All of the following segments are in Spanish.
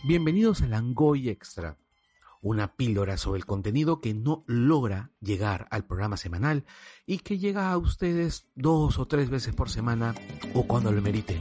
Bienvenidos a Langoy Extra, una píldora sobre el contenido que no logra llegar al programa semanal y que llega a ustedes 2 o 3 veces por semana o cuando lo merite.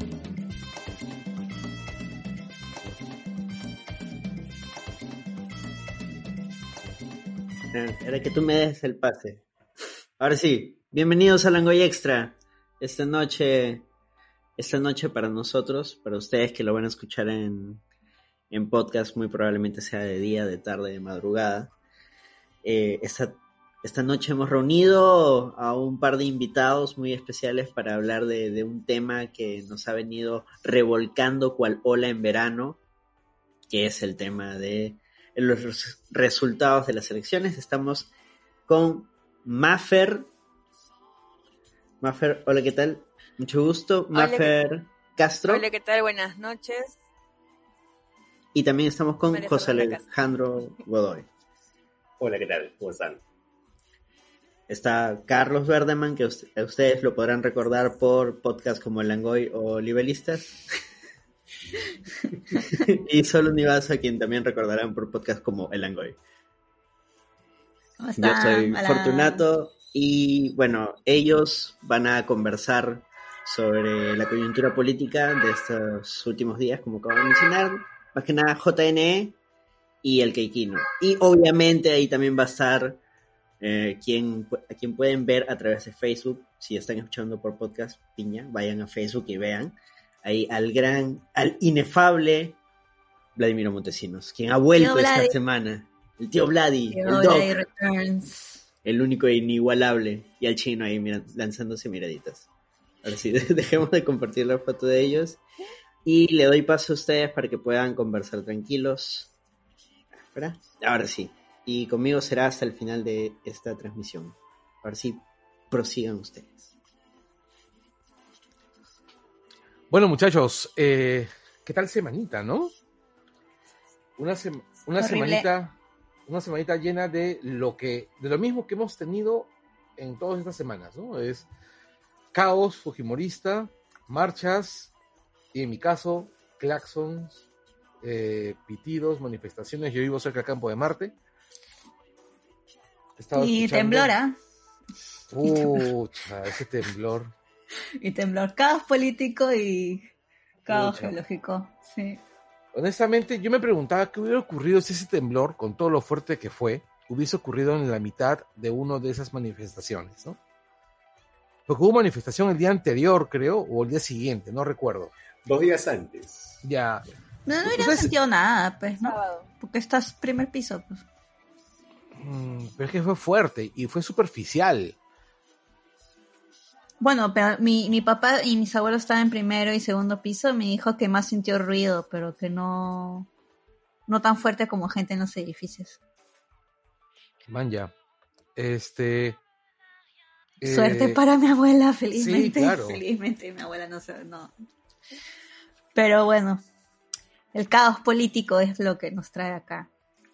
Era que tú me des el pase. Ahora sí, bienvenidos a Langoy Extra. Esta noche para nosotros, para ustedes que lo van a escuchar en podcast, muy probablemente sea de día, de tarde, de madrugada. Esta noche hemos reunido a un par de invitados muy especiales para hablar de un tema que nos ha venido revolcando cual ola en verano, que es el tema de los resultados de las elecciones. Estamos con Mafer. Mafer, hola, ¿qué tal? Mucho gusto. Mafer Castro. Hola, ¿qué tal? Buenas noches. Y también estamos con María José Fernanda Alejandro Godoy. Hola, ¿qué tal? ¿Cómo están? Está Carlos Verdeman, que ustedes lo podrán recordar por podcasts como El Langoy o Libelistas. Y Solo Univaso, a quien también recordarán por podcasts como El Langoy. Yo soy Fortunato y bueno, ellos van a conversar sobre la coyuntura política de estos últimos días, como acabo de mencionar, más que nada JNE y el Queiquino. Y obviamente ahí también va a estar a quien pueden ver a través de Facebook. Si están escuchando por podcast, piña, vayan a Facebook y vean ahí al inefable Vladimiro Montesinos, quien ha vuelto esta semana. El tío Vladi, el Doc, Returns. el único e inigualable, y al chino ahí lanzándose miraditas. Ahora sí, dejemos de compartir la foto de ellos y le doy paso a ustedes para que puedan conversar tranquilos. ¿Verdad? Ahora sí, y conmigo será hasta el final de esta transmisión. Ahora sí, prosigan ustedes. Bueno, muchachos, ¿qué tal semanita, no? Una semanita llena de lo mismo que hemos tenido en todas estas semanas, ¿no? Es caos fujimorista, marchas y en mi caso claxons, pitidos, manifestaciones. Yo vivo cerca del campo de Marte. Y temblora. Pucha, ese temblor. Y temblor, caos político y caos geológico, sí. Honestamente, yo me preguntaba qué hubiera ocurrido si ese temblor, con todo lo fuerte que fue, hubiese ocurrido en la mitad de una de esas manifestaciones, ¿no? Porque hubo manifestación el día anterior, creo, o el día siguiente, no recuerdo. 2 días antes. Ya. No hubiera sentido nada, pues, ¿no? Porque estás primer piso, pues. Pero es que fue fuerte y fue superficial. Bueno, pero mi papá y mis abuelos estaban en primero y segundo piso. Me dijo que más sintió ruido, pero que no tan fuerte como gente en los edificios. Man, ya. Suerte para mi abuela, felizmente. Sí, claro. Felizmente mi abuela no. Pero bueno, el caos político es lo que nos trae acá.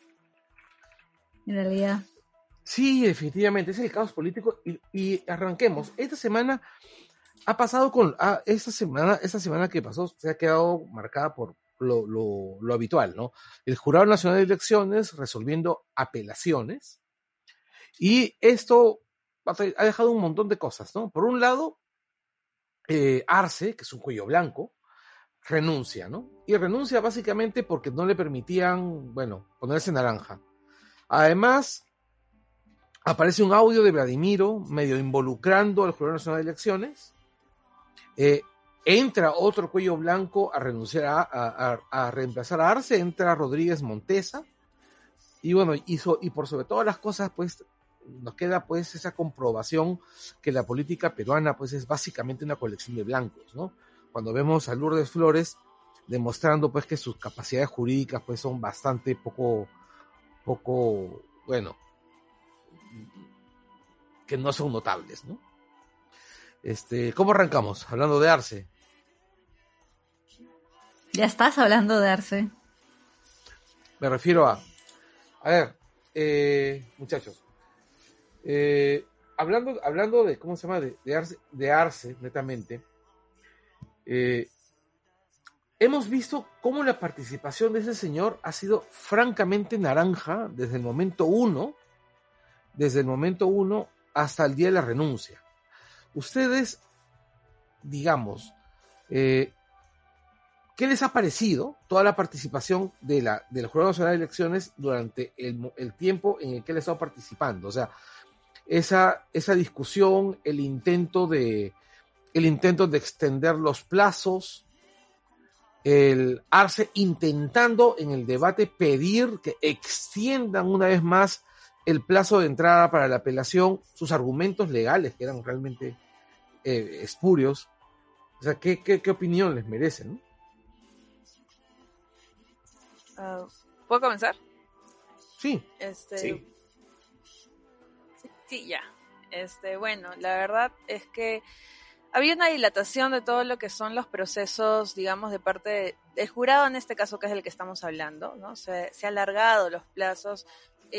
En realidad. Sí, definitivamente, es el caos político y arranquemos. Esta semana ha pasado esta semana que pasó se ha quedado marcada por lo habitual, ¿no? El Jurado Nacional de Elecciones resolviendo apelaciones y esto ha dejado un montón de cosas, ¿no? Por un lado, Arce, que es un cuello blanco, renuncia, ¿no? Y renuncia básicamente porque no le permitían, ponerse naranja. Además, aparece un audio de Vladimiro medio involucrando al Jurado Nacional de Elecciones. Entra otro cuello blanco a renunciar a reemplazar a Arce, entra Rodríguez Montesa. Y bueno, y por sobre todas las cosas, pues, nos queda pues esa comprobación que la política peruana pues es básicamente una colección de blancos, ¿no? Cuando vemos a Lourdes Flores demostrando pues que sus capacidades jurídicas pues son bastante poco, que no son notables, ¿no? ¿Cómo arrancamos? Hablando de Arce. Ya estás hablando de Arce. Me refiero a ver, muchachos, hablando de, ¿cómo se llama? De Arce netamente, hemos visto cómo la participación de ese señor ha sido francamente naranja desde el momento uno hasta el día de la renuncia. Ustedes, digamos, ¿qué les ha parecido toda la participación del Jurado Nacional de Elecciones durante el tiempo en el que él ha estado participando? O sea, esa discusión, el intento de extender los plazos, el Arce intentando en el debate pedir que extiendan una vez más el plazo de entrada para la apelación, sus argumentos legales que eran realmente espurios. O sea, ¿qué opinión les merecen? ¿Puedo comenzar? Sí. Sí. Sí, ya. Bueno, la verdad es que había una dilatación de todo lo que son los procesos, digamos, de parte del jurado, en este caso, que es el que estamos hablando, ¿no? Se ha alargado los plazos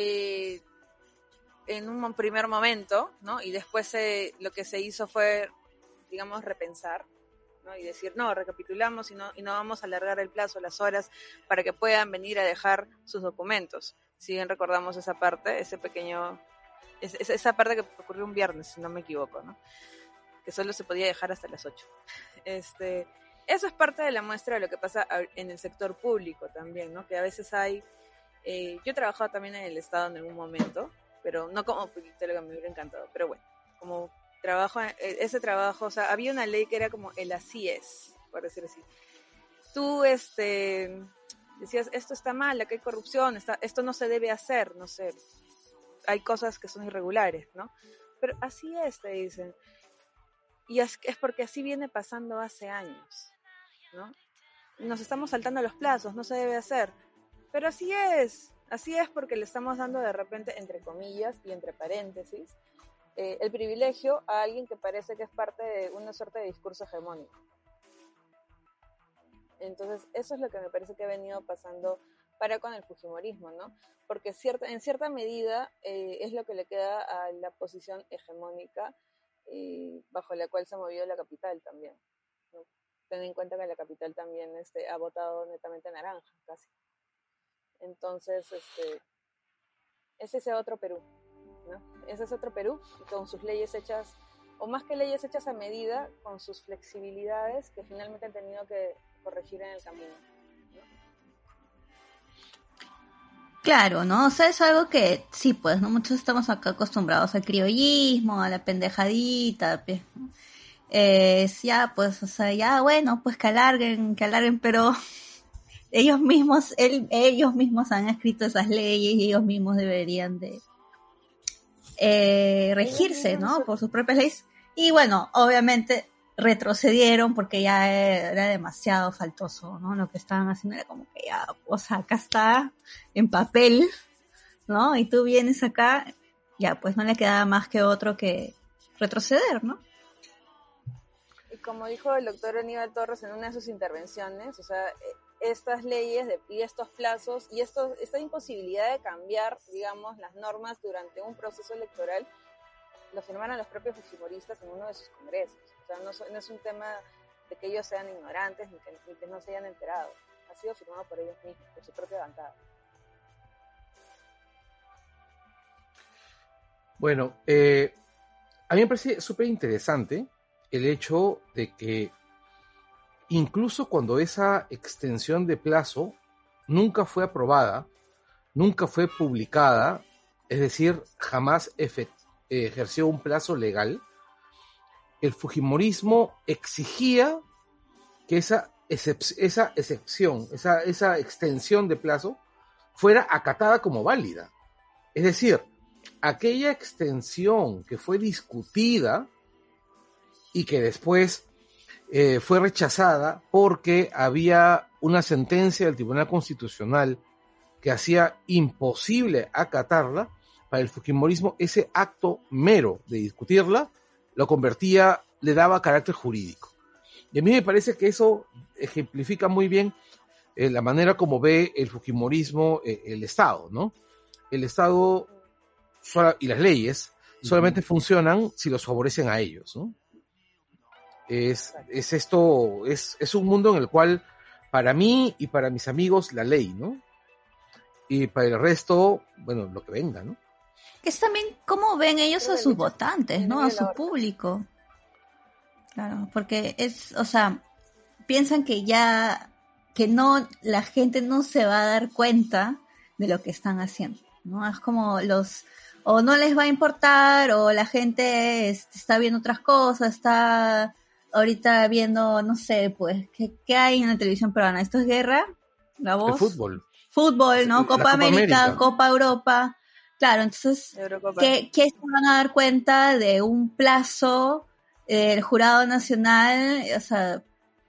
en un primer momento, ¿no? Y después lo que se hizo fue, digamos, repensar, ¿no? Y decir, no, recapitulamos y no vamos a alargar el plazo, las horas, para que puedan venir a dejar sus documentos. Si bien recordamos esa parte, esa parte que ocurrió un viernes, si no me equivoco, ¿no? Que solo se podía dejar hasta las 8. Eso es parte de la muestra de lo que pasa en el sector público también, ¿no? Que a veces hay... yo he trabajado también en el Estado en algún momento, pero no como politóloga, me hubiera encantado, pero bueno, como ese trabajo, o sea, había una ley que era como el así es, por decir así. Tú, decías, esto está mal, aquí hay corrupción, esto no se debe hacer, no sé, hay cosas que son irregulares, ¿no? Pero así es, te dicen. Y es porque así viene pasando hace años, ¿no? Nos estamos saltando los plazos, no se debe hacer. Pero así es porque le estamos dando de repente, entre comillas y entre paréntesis, el privilegio a alguien que parece que es parte de una suerte de discurso hegemónico. Entonces, eso es lo que me parece que ha venido pasando con el fujimorismo, ¿no? Porque en cierta medida es lo que le queda a la posición hegemónica bajo la cual se ha movido la capital también, ¿no? Ten en cuenta que la capital también ha votado netamente naranja, casi. Entonces, es ese otro Perú, ¿no? Ese es otro Perú, con sus leyes hechas, o más que leyes hechas a medida, con sus flexibilidades que finalmente han tenido que corregir en el camino, ¿no? Claro, ¿no? O sea, es algo que sí, pues, ¿no? Muchos estamos acá acostumbrados al criollismo, a la pendejadita, pues, ¿no? Ya, pues, o sea, ya, bueno, pues que alarguen, pero ellos mismos han escrito esas leyes y ellos mismos deberían de regirse, ¿no? Por sus propias leyes. Y bueno, obviamente retrocedieron porque ya era demasiado faltoso, ¿no? Lo que estaban haciendo era como que ya, o sea, acá está en papel, ¿no? Y tú vienes acá, ya, pues no le quedaba más que otro que retroceder, ¿no? Y como dijo el doctor Aníbal Torres en una de sus intervenciones, o sea, estas leyes y estos plazos y esta imposibilidad de cambiar, digamos, las normas durante un proceso electoral, lo firmaron los propios fujimoristas en uno de sus congresos. O sea, no es un tema de que ellos sean ignorantes ni que no se hayan enterado. Ha sido firmado por ellos mismos, por su propia bancada. Bueno, a mí me parece súper interesante el hecho de que incluso cuando esa extensión de plazo nunca fue aprobada, nunca fue publicada, es decir, jamás ejerció un plazo legal, el fujimorismo exigía que esa extensión de plazo fuera acatada como válida. Es decir, aquella extensión que fue discutida y que después fue rechazada porque había una sentencia del Tribunal Constitucional que hacía imposible acatarla, para el fujimorismo ese acto mero de discutirla lo convertía, le daba carácter jurídico. Y a mí me parece que eso ejemplifica muy bien la manera como ve el fujimorismo el Estado, ¿no? El Estado y las leyes solamente funcionan si los favorecen a ellos, ¿no? Es un mundo en el cual para mí y para mis amigos la ley, ¿no? Y para el resto, bueno, lo que venga, ¿no? Que es también cómo ven ellos a sus votantes, ¿no? A su horca. público. Claro, porque es, o sea, piensan que ya, que no, la gente no se va a dar cuenta de lo que están haciendo, ¿no? Es como o no les va a importar, o la gente está viendo otras cosas, está ahorita viendo, no sé, pues, ¿qué hay en la televisión peruana? ¿Esto es guerra? ¿La El voz? fútbol. Fútbol, ¿no? La Copa Copa América, América. Copa Europa. Claro, entonces, Eurocopa. ¿qué se van a dar cuenta de un plazo del Jurado Nacional? O sea,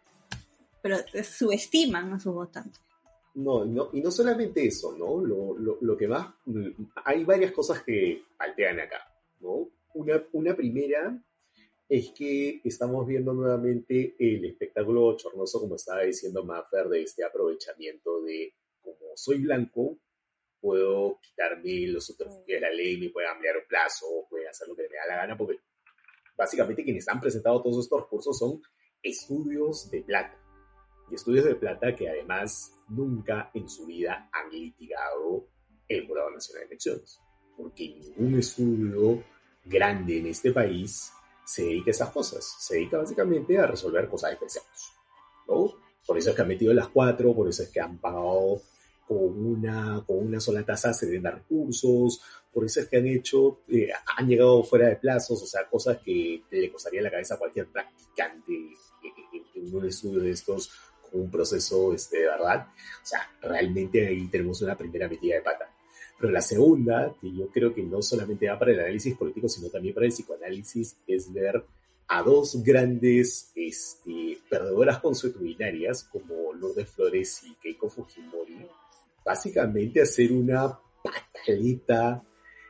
pero subestiman a sus votantes. No, y no solamente eso, ¿no? Lo que más... Hay varias cosas que paltean acá, ¿no? Una primera es que estamos viendo nuevamente el espectáculo bochornoso, como estaba diciendo Maffer, de este aprovechamiento de, como soy blanco, puedo quitarme los subterfugios de la ley, me puede ampliar un plazo, puede hacer lo que me da la gana, porque básicamente quienes han presentado todos estos recursos son estudios de plata. Y estudios de plata que además nunca en su vida han litigado el Jurado Nacional de Elecciones. Porque ningún estudio grande en este país se dedica a esas cosas. Se dedica básicamente a resolver cosas de terceros, ¿no? Por eso es que han metido las 4, por eso es que han pagado con una sola tasa 70 recursos, por eso es que han llegado fuera de plazos, o sea, cosas que le costaría la cabeza a cualquier practicante en un estudio de estos con un proceso de verdad. O sea, realmente ahí tenemos una primera metida de pata. Pero la segunda, que yo creo que no solamente va para el análisis político, sino también para el psicoanálisis, es ver a dos grandes perdedoras consuetudinarias como Lourdes Flores y Keiko Fujimori, básicamente hacer una pataleta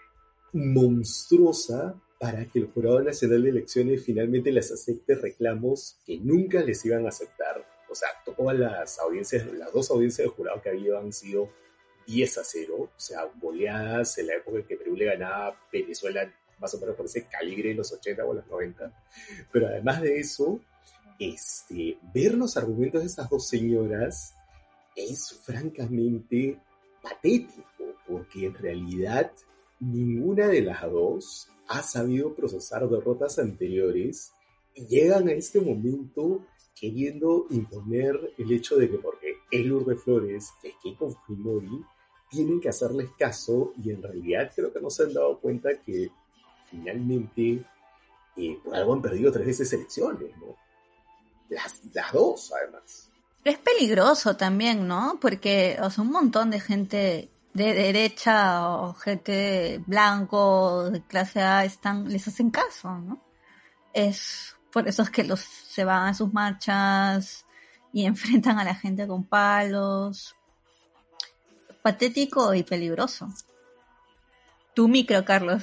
monstruosa para que el Jurado Nacional de Elecciones finalmente les acepte reclamos que nunca les iban a aceptar. O sea, todas las dos audiencias del jurado que ha habido han sido 10-0, o sea, goleadas en la época en que Perú le ganaba a Venezuela más o menos por ese calibre en los 80 o los 90. Pero además de eso, ver los argumentos de esas dos señoras es francamente patético, porque en realidad ninguna de las dos ha sabido procesar derrotas anteriores y llegan a este momento queriendo imponer el hecho de que porque es Lourdes Flores, que es Keiko Fujimori, tienen que hacerles caso, y en realidad creo que no se han dado cuenta que finalmente por algo han perdido 3 veces elecciones, ¿no? Las dos, además. Pero es peligroso también, ¿no? Porque, o sea, un montón de gente de derecha o gente blanco de clase A les hacen caso, ¿no? Es por eso es que se van a sus marchas y enfrentan a la gente con palos. Patético y peligroso. Tu micro, Carlos.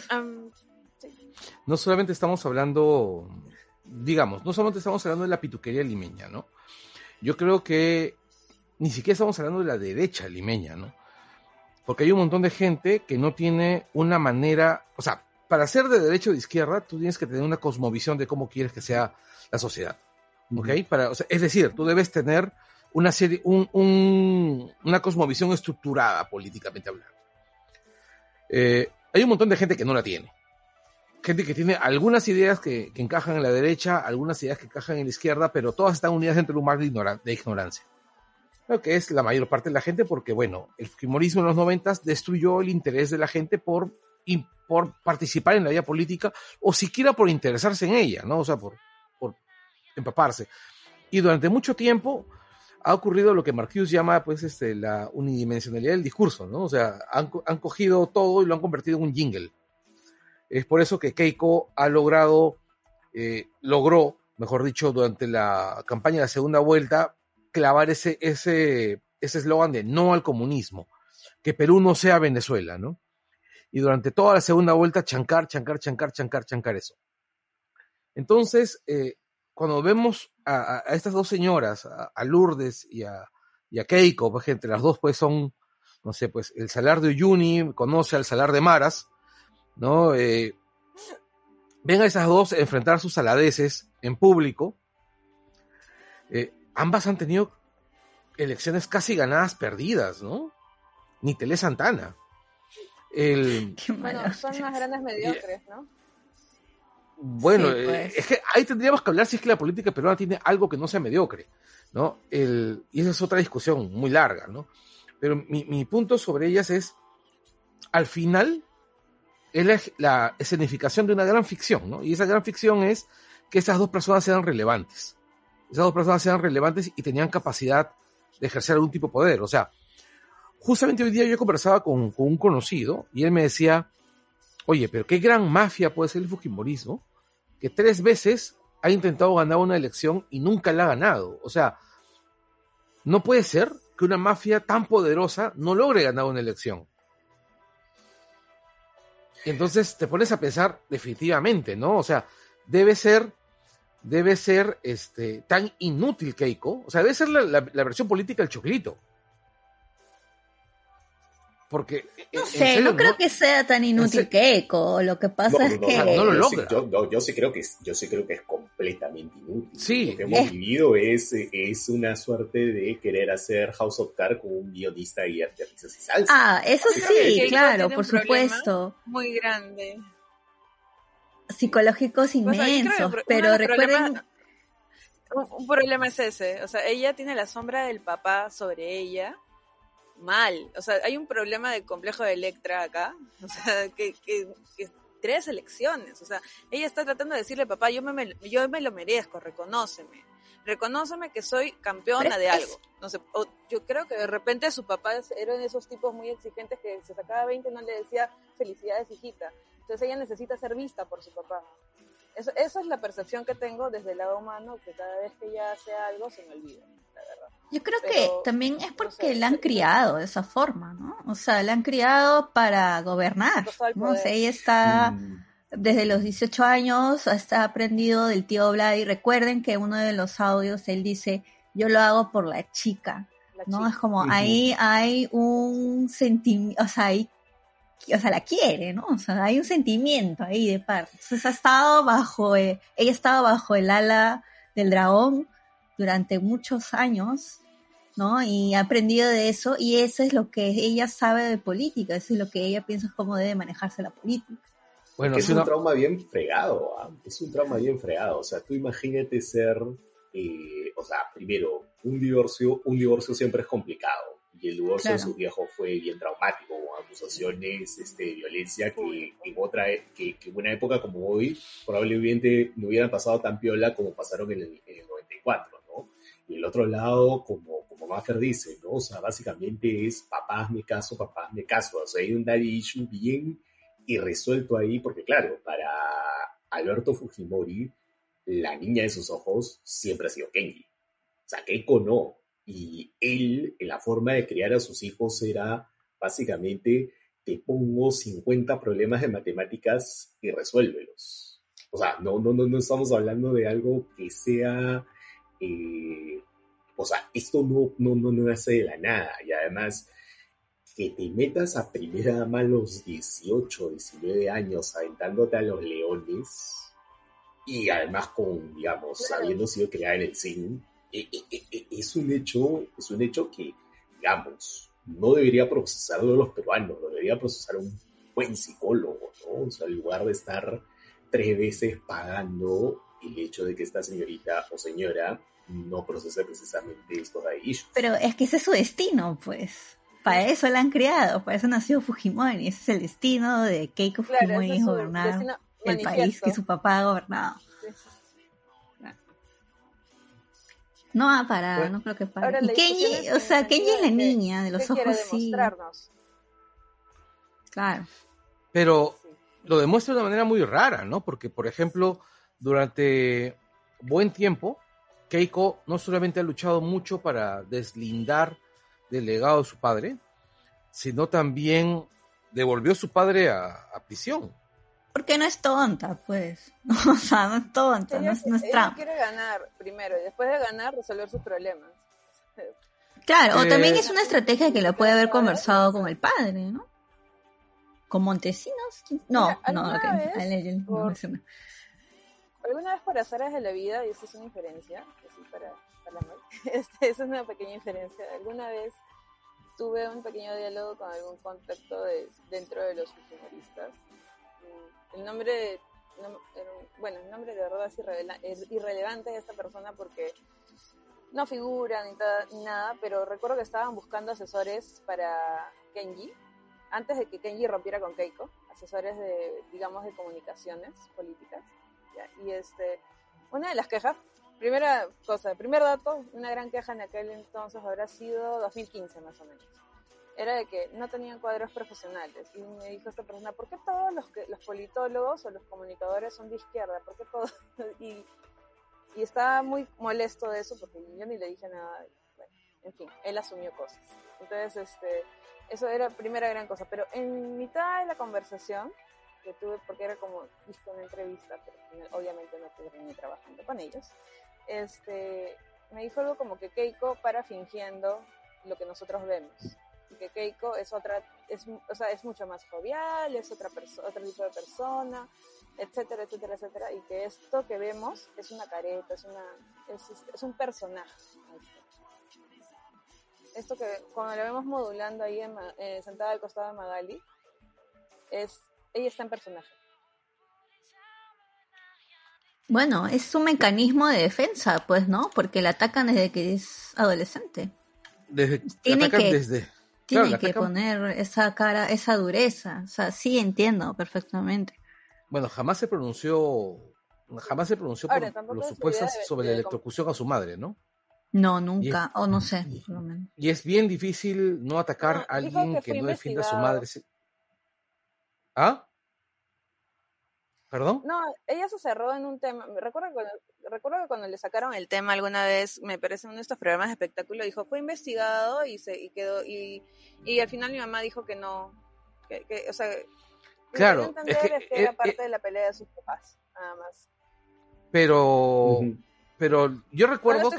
No solamente estamos hablando, no solamente estamos hablando de la pituquería limeña, ¿no? Yo creo que ni siquiera estamos hablando de la derecha limeña, ¿no? Porque hay un montón de gente que no tiene una manera, o sea, para ser de derecha o de izquierda, tú tienes que tener una cosmovisión de cómo quieres que sea la sociedad, ¿ok? O sea, es decir, tú debes tener una cosmovisión estructurada políticamente hablando. Hay un montón de gente que no la tiene. Gente que tiene algunas ideas que encajan en la derecha, algunas ideas que encajan en la izquierda, pero todas están unidas dentro de un mar de ignorancia. Creo que es la mayor parte de la gente porque, bueno, el fujimorismo en los 90 destruyó el interés de la gente por participar en la vida política o siquiera por interesarse en ella, ¿no? O sea, por empaparse. Y durante mucho tiempo ha ocurrido lo que Marcuse llama, pues, la unidimensionalidad del discurso, ¿no? O sea, han cogido todo y lo han convertido en un jingle. Es por eso que Keiko logró, mejor dicho, durante la campaña de la segunda vuelta, clavar ese eslogan de no al comunismo, que Perú no sea Venezuela, ¿no? Y durante toda la segunda vuelta chancar eso. Entonces, cuando vemos a estas dos señoras, a Lourdes y a Keiko, pues entre las dos pues son, no sé, pues el Salar de Uyuni conoce al Salar de Maras, ¿no? Ven a esas dos enfrentar sus saladeces en público. Ambas han tenido elecciones casi ganadas perdidas, ¿no? Ni Tele Santana. Qué Bueno, malo. son unas grandes mediocres, ¿no? Bueno, Sí, pues. es que ahí tendríamos que hablar si es que la política peruana tiene algo que no sea mediocre, ¿no? Y esa es otra discusión muy larga, ¿no? Pero mi punto sobre ellas es, al final, es la escenificación de una gran ficción, ¿no? Y esa gran ficción es que esas dos personas eran relevantes. Esas dos personas eran relevantes y tenían capacidad de ejercer algún tipo de poder. O sea, justamente hoy día yo conversaba con un conocido y él me decía, oye, pero qué gran mafia puede ser el fujimorismo, que 3 veces ha intentado ganar una elección y nunca la ha ganado. O sea, no puede ser que una mafia tan poderosa no logre ganar una elección. Y entonces te pones a pensar definitivamente, ¿no? O sea, debe ser tan inútil Keiko. O sea, debe ser la versión política del choclito. Porque, No en sé, serio, no creo que sea tan inútil que Eco. Lo que pasa es que... no lo yo logra. yo sí creo que es completamente inútil. Sí. Lo que hemos vivido es una suerte de querer hacer House of Cards con un guionista y de risas y salsa. Ah, eso Yo creo que sí, Keiko claro, tiene por un problema supuesto. muy grande. Psicológicos O sea, yo creo inmensos, que uno pero de los recuerden... problemas- un problema es ese. O sea, ella tiene la sombra del papá sobre ella. Mal. O sea, hay un problema de complejo de Electra acá. O sea, que 3 elecciones. O sea, ella está tratando de decirle, papá, yo me lo merezco, reconóceme. Reconóceme que soy campeona de algo. No sé, yo creo que de repente su papá era de esos tipos muy exigentes que se sacaba 20 y no le decía felicidades, hijita. Entonces ella necesita ser vista por su papá. Esa es la percepción que tengo desde el lado humano, que cada vez que ella hace algo se me olvida, la verdad. Yo creo Pero, que también es porque no sé, la han criado de esa forma, ¿no? O sea, la han criado para gobernar, Pasó al ¿no? O sea, poder. ella está desde los 18 años, está aprendido del tío Vlad, y recuerden que uno de los audios él dice, yo lo hago por la chica, ¿no? chica. Es como ahí hay un sentimiento, o sea, la quiere, ¿no? O sea, hay un sentimiento ahí de parte. Entonces ella ha estado bajo el ala del dragón durante muchos años, ¿no? Y ha aprendido de eso, y eso es lo que ella sabe de política, eso es lo que ella piensa cómo debe manejarse la política. Bueno, es un trauma bien fregado, ¿eh? Es un trauma bien fregado. O sea, tú imagínate ser, o sea, primero, un divorcio siempre es complicado. Y el divorcio de su viejo fue bien traumático, con acusaciones de violencia que en una época como hoy probablemente no hubieran pasado tan piola como pasaron en el 94, ¿no? Y el otro lado, como Maffer dice, ¿no? O sea, básicamente es papá, hazme caso. O sea, hay un daddy issue bien irresuelto ahí, porque claro, para Alberto Fujimori, la niña de sus ojos siempre ha sido Kenji. O sea, Keiko no. Y él, en la forma de criar a sus hijos, era básicamente, te pongo 50 problemas de matemáticas y resuélvelos. O sea, no estamos hablando de algo que sea... o sea, esto no nace de la nada. Y además, que te metas a primera dama a los 18, 19 años aventándote a los leones, y además digamos, habiendo sido creada en el cine, es un hecho que, digamos, no debería procesarlo los peruanos, lo debería procesar un buen psicólogo, ¿no? O sea, en lugar de estar 3 veces pagando el hecho de que esta señorita o señora no procese precisamente estos issues. Pero es que ese es su destino, pues. Para eso la han criado, para eso nació Fujimori. Ese es el destino de Keiko Fujimori, gobernar el país que su papá ha gobernado. Sí. No va a parar, no creo que pare. Y Kenji, o sea, Kenji es la niña de los ojos, sí. Claro. Pero lo demuestra de una manera muy rara, ¿no? Porque, por ejemplo, durante buen tiempo, Keiko no solamente ha luchado mucho para deslindar del legado de su padre, sino también devolvió a su padre a prisión. Porque no es tonta, pues. O sea, no es tonta, no es ella quiere ganar primero y después de ganar resolver sus problemas. Claro, o también es una estrategia que lo puede haber conversado con el padre, ¿no? ¿Con Montesinos? No, Alguna alguna vez por azares de la vida, y esta es una inferencia, así para la mal, esa es una pequeña inferencia, alguna vez tuve un pequeño diálogo con algún contacto dentro de los fujimoristas. El nombre, el nombre de verdad es irrelevante de esta persona porque no figura ni nada, pero recuerdo que estaban buscando asesores para Kenji, antes de que Kenji rompiera con Keiko, asesores de comunicaciones políticas. ¿Ya? Y una de las quejas, primer dato, una gran queja en aquel entonces habrá sido 2015 más o menos. Era de que no tenían cuadros profesionales. Y me dijo esta persona, ¿por qué todos los politólogos o los comunicadores son de izquierda? ¿Por qué todos? Y estaba muy molesto de eso porque yo ni le dije nada. Bueno, en fin, él asumió cosas. Entonces, eso era la primera gran cosa. Pero en mitad de la conversación que tuve, porque era como una entrevista, pero obviamente no terminé trabajando con ellos, me dijo algo como que Keiko para fingiendo lo que nosotros vemos. Y que Keiko es mucho más jovial, es otro tipo de persona, etcétera, etcétera, etcétera, y que esto que vemos es una careta, es un personaje. Esto que cuando la vemos modulando ahí sentada al costado de Magali, ella está en personaje. Bueno, es un mecanismo de defensa, pues, ¿no? Porque la atacan desde que es adolescente. Tiene que poner esa cara, esa dureza. O sea, sí entiendo perfectamente. Bueno, jamás se pronunció Ahora, por los supuestos sobre la electrocución a su madre, ¿no? No, nunca, o no sé, por lo menos. Y es bien difícil no atacar a alguien que no defienda a su madre. ¿Ah? ¿Perdón? No, ella se cerró en un tema. Recuerdo que cuando le sacaron el tema alguna vez, me parece en uno de estos programas de espectáculo, dijo, fue investigado y quedó, y al final mi mamá dijo que no, o sea, claro, es que era parte de la pelea de sus papás, nada más. Pero yo recuerdo no que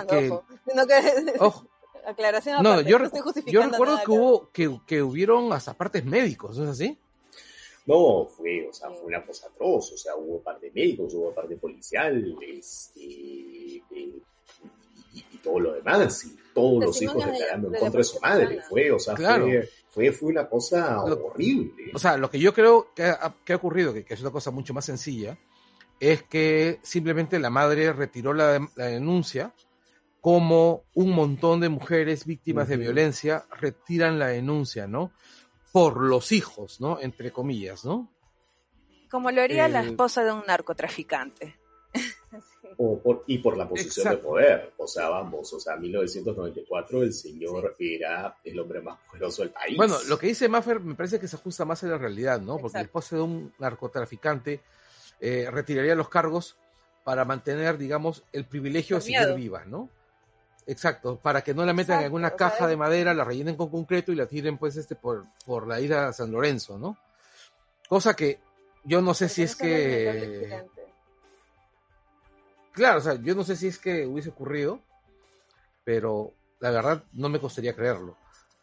ojo, aclaración no, aparte, yo recuerdo que hubieron hasta partes médicos, ¿no es así? No, fue una cosa atroz, hubo parte médicos, hubo parte policial, y todo lo demás, y todos los hijos declarando en contra de su madre, claro. fue una cosa horrible. O sea, lo que yo creo que ha ocurrido, que es una cosa mucho más sencilla, es que simplemente la madre retiró la denuncia, como un montón de mujeres víctimas de violencia retiran la denuncia, ¿no? Por los hijos, ¿no? Entre comillas, ¿no? Como lo haría la esposa de un narcotraficante. Y por la posición de poder. En 1994 el señor era el hombre más poderoso del país. Bueno, lo que dice Maffer me parece que se ajusta más a la realidad, ¿no? Porque Exacto. la esposa de un narcotraficante retiraría los cargos para mantener, digamos, el privilegio de seguir viva, ¿no? Exacto, para que no la metan en alguna caja de madera, la rellenen con concreto y la tiren pues por la isla de San Lorenzo, ¿no? Cosa que yo no sé si es que... Claro, yo no sé si es que hubiese ocurrido, pero la verdad no me costaría creerlo.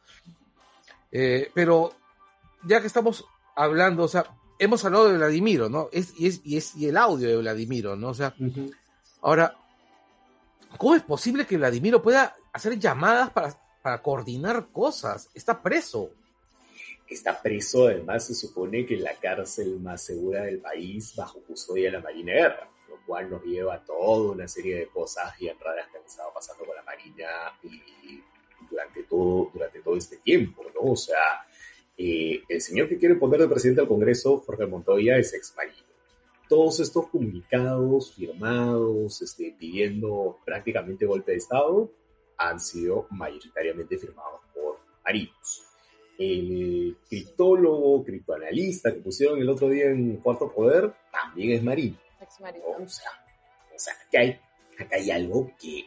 Pero ya que estamos hablando, hemos hablado de Vladimiro, ¿no? Y el audio de Vladimiro, ¿no? Ahora, ¿cómo es posible que Vladimiro pueda hacer llamadas para coordinar cosas? Está preso. Está preso, además se supone que en la cárcel más segura del país, bajo custodia de la Marina de Guerra, lo cual nos lleva a toda una serie de cosas bien raras que han estado pasando con la Marina durante todo este tiempo, ¿no? El señor que quiere poner de presidente al Congreso, Jorge Montoya, es ex marino. Todos estos comunicados firmados, pidiendo prácticamente golpe de Estado, han sido mayoritariamente firmados por marinos. El criptoanalista que pusieron el otro día en Cuarto Poder, también es marino. Ex-marino. Acá hay algo que,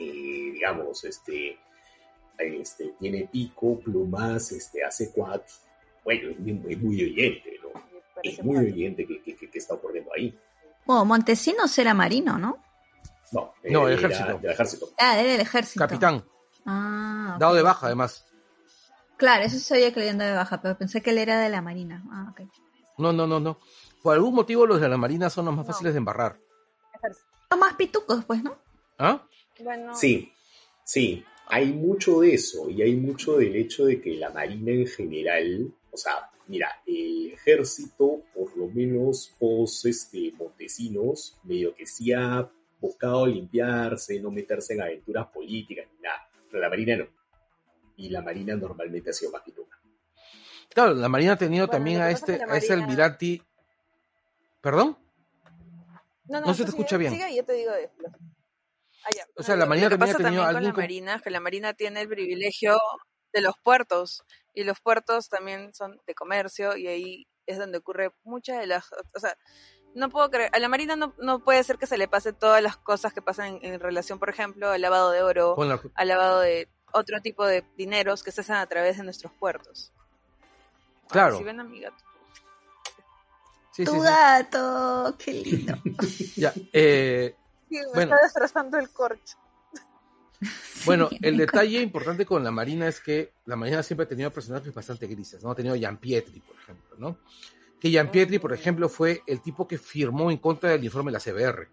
tiene pico, plumas, hace cuatro. Bueno, es muy evidente, ¿no? Es muy evidente que está ocurriendo ahí. Bueno, Montesinos era marino, ¿no? No, el ejército. Del ejército. Ah, era del ejército. Capitán. Ah, okay. Dado de baja, además. Claro, eso sabía que le habían dado de baja, pero pensé que él era de la marina. Ah, ok. No. Por algún motivo los de la marina son los más fáciles de embarrar. ejército. Son más pitucos, pues, ¿no? ¿Ah? Bueno, Sí, sí, hay mucho de eso y hay mucho del hecho de que la Marina en general, o sea, mira, el ejército, por lo menos post Montesinos, medio que sí ha buscado limpiarse, no meterse en aventuras políticas ni nada, pero la Marina no. Y la Marina normalmente ha sido más pituca. Claro, la Marina ha tenido bueno, también lo que a pasa es que la ese Marina... almirante. ¿Perdón? No, No se tú te escucha bien. sigue y yo te digo después. Ya. O sea, No, la digo, Marina lo que también ha pasa tenido a también con alguien la Marina es que la Marina tiene el privilegio de los puertos y los puertos también son de comercio y ahí es donde ocurre muchas de las... O sea, no puedo creer, a la Marina no puede ser que se le pase todas las cosas que pasan en relación, por ejemplo, al lavado de oro, con la... al lavado de otro tipo de dineros que se hacen a través de nuestros puertos. Ay, si Claro. ven a mi gato. Sí, Tu sí, sí. gato, qué lindo. Ya, Sí, me bueno. está destrozando el corcho. Bueno, Sí, el detalle importante con la Marina es que la Marina siempre ha tenido personajes bastante grises, ¿no? Ha tenido a Gianpietri, por ejemplo, ¿no? Que Gianpietri, por ejemplo, fue el tipo que firmó en contra del informe de la CBR,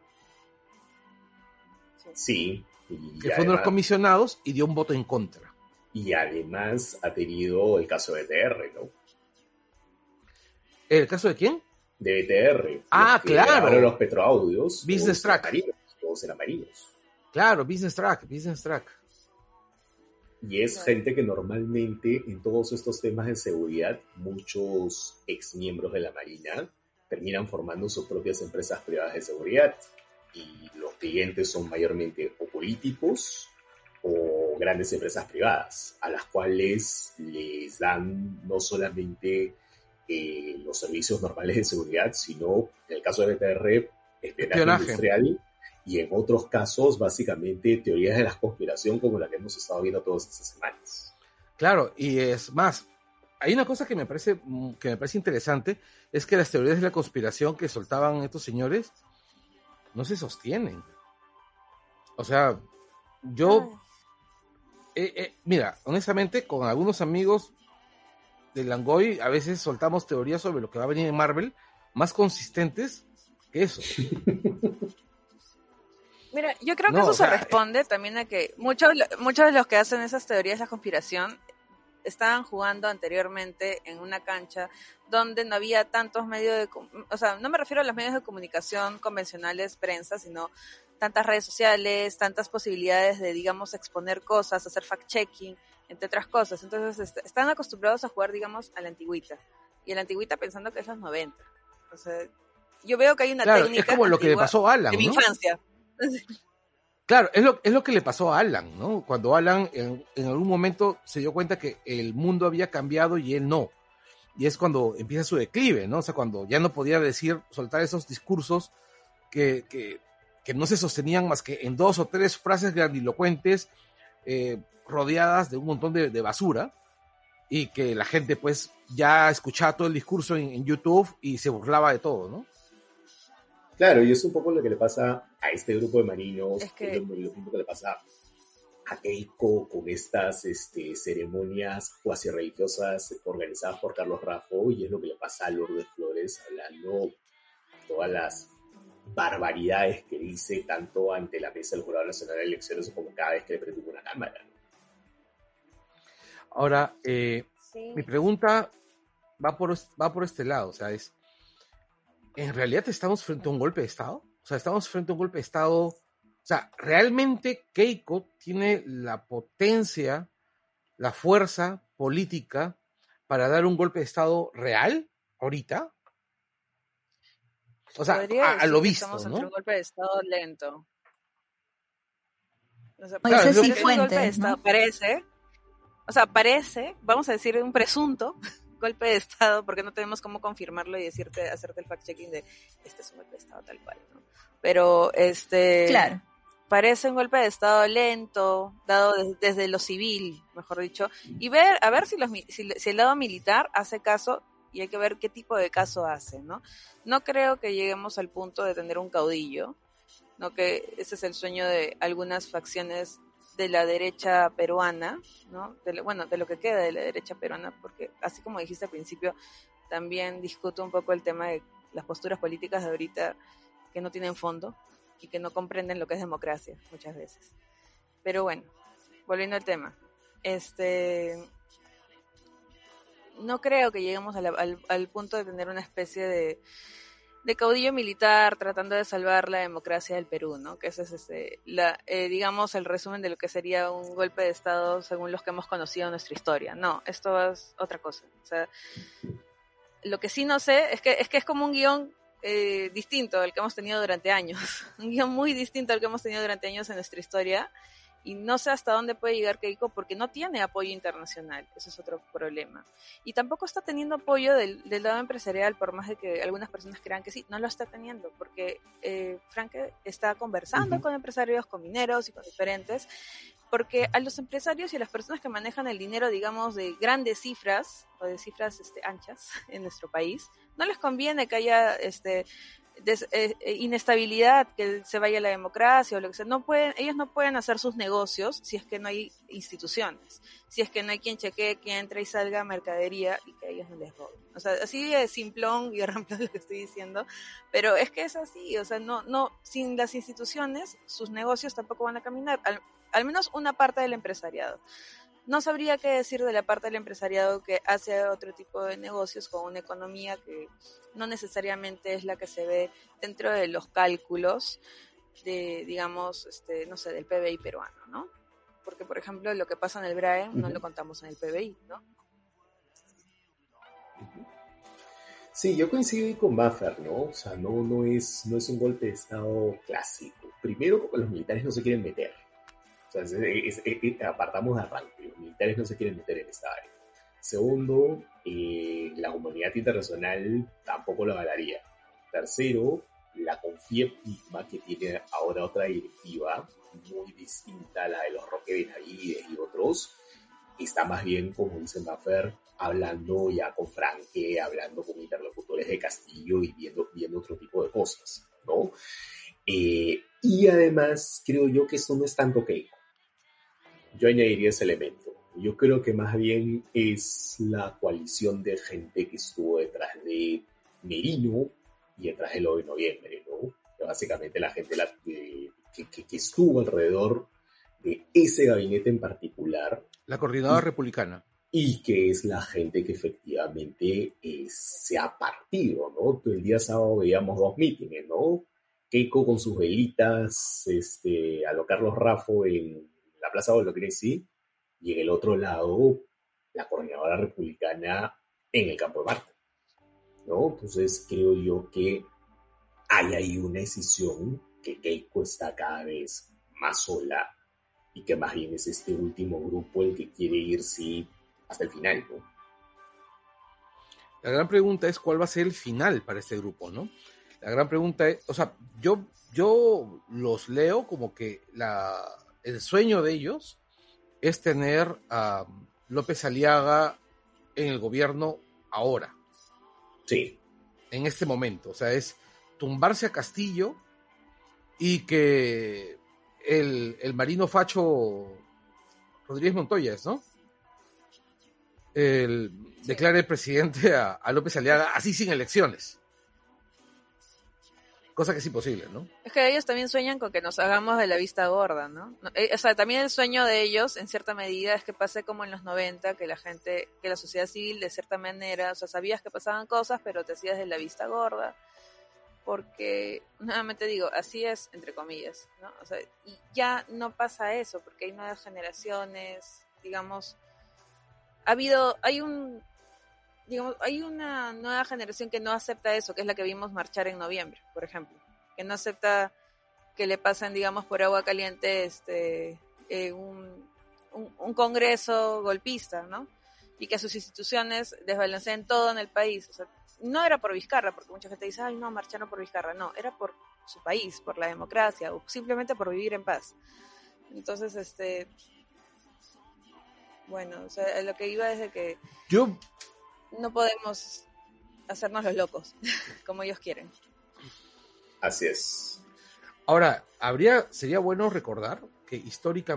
Sí, y que fue uno de los además, comisionados y dio un voto en contra. ha tenido el caso de BTR, ¿no? ¿El caso de quién? De BTR, Ah, los que claro. grabaron los petroaudios, Business Track. Todos eran marinos. Claro, Business Track, Business Track. Y es gente que normalmente en todos estos temas de seguridad, muchos exmiembros de la Marina terminan formando sus propias empresas privadas de seguridad. Y los clientes son mayormente o políticos o grandes empresas privadas, a las cuales les dan no solamente los servicios normales de seguridad, sino en el caso de BTR, espionaje industrial, y en otros casos, básicamente, teorías de la conspiración como la que hemos estado viendo todas estas semanas. Claro, y es más, hay una cosa que me parece interesante, es que las teorías de la conspiración que soltaban estos señores no se sostienen. O sea, yo, mira, honestamente, con algunos amigos de Langoy, a veces soltamos teorías sobre lo que va a venir en Marvel, más consistentes que eso. Mira, yo creo que eso se responde también a que muchos de los que hacen esas teorías de la conspiración estaban jugando anteriormente en una cancha donde no había tantos medios de... O sea, no me refiero a los medios de comunicación convencionales, prensa, sino tantas redes sociales, tantas posibilidades de, digamos, exponer cosas, hacer fact-checking, entre otras cosas. Entonces, están acostumbrados a jugar, digamos, a la antigüita. Y a la antigüita pensando que es los 90. O sea, yo veo que hay una técnica es como lo que le pasó a Alan, de mi infancia. Claro, es lo que le pasó a Alan, ¿no? Cuando Alan en algún momento se dio cuenta que el mundo había cambiado y él no. Y es cuando empieza su declive, ¿no? O sea, cuando ya no podía soltar esos discursos que no se sostenían más que en 2 o 3 frases grandilocuentes rodeadas de un montón de basura, y que la gente pues ya escuchaba todo el discurso en YouTube y se burlaba de todo, ¿no? Claro, y es un poco lo que le pasa a este grupo de marinos, es que... lo mismo que le pasa a Keiko con estas ceremonias cuasi religiosas organizadas por Carlos Raffo, y es lo que le pasa a Lourdes Flores hablando todas las barbaridades que dice tanto ante la mesa del Jurado Nacional de Elecciones como cada vez que le prende una cámara. Ahora, mi pregunta va por este lado, o sea, ¿en realidad estamos frente a un golpe de Estado? O sea, estamos frente a un golpe de Estado. O sea, ¿realmente Keiko tiene la potencia, la fuerza política para dar un golpe de Estado real ahorita? O sea, a lo visto, estamos ¿no? ante un golpe de Estado lento. O sea, claro, es sí, un golpe de Estado, ¿no? Parece, vamos a decir un presunto golpe de Estado, porque no tenemos cómo confirmarlo y hacerte el fact-checking de este es un golpe de Estado tal cual, ¿no? Pero claro, parece un golpe de Estado lento, dado desde lo civil, mejor dicho, y a ver si el lado militar hace caso, y hay que ver qué tipo de caso hace, ¿no? No creo que lleguemos al punto de tener un caudillo, ¿no? Que ese es el sueño de algunas facciones de la derecha peruana, ¿no? De lo que queda de la derecha peruana, porque así como dijiste al principio, también discuto un poco el tema de las posturas políticas de ahorita que no tienen fondo, y que no comprenden lo que es democracia muchas veces. Pero bueno, volviendo al tema, no creo que lleguemos al punto de tener una especie de caudillo militar tratando de salvar la democracia del Perú, ¿no? Que ese es digamos, el resumen de lo que sería un golpe de Estado según los que hemos conocido en nuestra historia. No, esto es otra cosa. O sea, lo que sí no sé es que es como un guión distinto al que hemos tenido durante años. Un guión muy distinto al que hemos tenido durante años en nuestra historia. Y no sé hasta dónde puede llegar Keiko porque no tiene apoyo internacional. Eso es otro problema. Y tampoco está teniendo apoyo del lado empresarial, por más de que algunas personas crean que sí. No lo está teniendo porque Franke está conversando con empresarios, con mineros y con diferentes. Porque a los empresarios y a las personas que manejan el dinero, digamos, de grandes cifras o de cifras anchas en nuestro país, no les conviene que haya inestabilidad, que se vaya la democracia o lo que sea. Ellos no pueden hacer sus negocios si es que no hay instituciones, si es que no hay quien chequee que entre y salga mercadería y que a ellos no les roben. O sea, así de simplón y ramplón lo que estoy diciendo, pero es que es así. O sea, no, sin las instituciones sus negocios tampoco van a caminar, al menos una parte del empresariado. No sabría qué decir de la parte del empresariado que hace otro tipo de negocios con una economía que no necesariamente es la que se ve dentro de los cálculos de, digamos, no sé, del PBI peruano, ¿no? Porque, por ejemplo, lo que pasa en el BRAE no lo contamos en el PBI, ¿no? Sí, yo coincido ahí con Buffer, ¿no? O sea, no es un golpe de Estado clásico. Primero, porque los militares no se quieren meter. O sea, apartamos de arranque, los militares no se quieren meter en esta área. Segundo, la comunidad internacional tampoco lo avalaría. Tercero, la CONFIEP misma, que tiene ahora otra directiva muy distinta a la de los Roque Benavides y otros, está más bien, como dice Buffer, hablando ya con Franke, hablando con interlocutores de Castillo y viendo otro tipo de cosas, ¿no? Y además, creo yo que eso no es tanto Keiko. Yo añadiría ese elemento. Yo creo que más bien es la coalición de gente que estuvo detrás de Merino y detrás de lo de noviembre, ¿no? Que básicamente la gente que estuvo alrededor de ese gabinete en particular. La coordinadora republicana. Y que es la gente que efectivamente se ha partido, ¿no? El día sábado veíamos 2 mítines, ¿no? Keiko con sus velitas, a lo Carlos Raffo en la Plaza Bolognesi, y en el otro lado, la coordinadora republicana en el Campo de Marte, ¿no? Entonces creo yo que hay ahí una decisión que Keiko está cada vez más sola y que más bien es este último grupo el que quiere ir, sí, hasta el final, ¿no? La gran pregunta es cuál va a ser el final para este grupo, ¿no? La gran pregunta es, o sea, yo los leo como que el sueño de ellos es tener a López Aliaga en el gobierno ahora. Sí. En este momento. O sea, es tumbarse a Castillo y que el marino facho Rodríguez Montoya, ¿no? Declare presidente a López Aliaga así sin elecciones. Cosa que es imposible, ¿no? Es que ellos también sueñan con que nos hagamos de la vista gorda, ¿no? O sea, también el sueño de ellos, en cierta medida, es que pase como en los 90, que la sociedad civil, de cierta manera, o sea, sabías que pasaban cosas, pero te hacías de la vista gorda, porque, nuevamente digo, así es, entre comillas, ¿no? O sea, y ya no pasa eso, porque hay nuevas generaciones, digamos, hay una nueva generación que no acepta eso, que es la que vimos marchar en noviembre, por ejemplo, que no acepta que le pasen, digamos, por agua caliente un congreso golpista, ¿no? Y que sus instituciones desbalanceen todo en el país. O sea, no era por Vizcarra, porque mucha gente dice, ay, no, marcharon por Vizcarra. No, era por su país, por la democracia, o simplemente por vivir en paz. Entonces, bueno, o sea, lo que iba es de que no podemos hacernos los locos, como ellos quieren. Así es. Ahora, sería bueno recordar que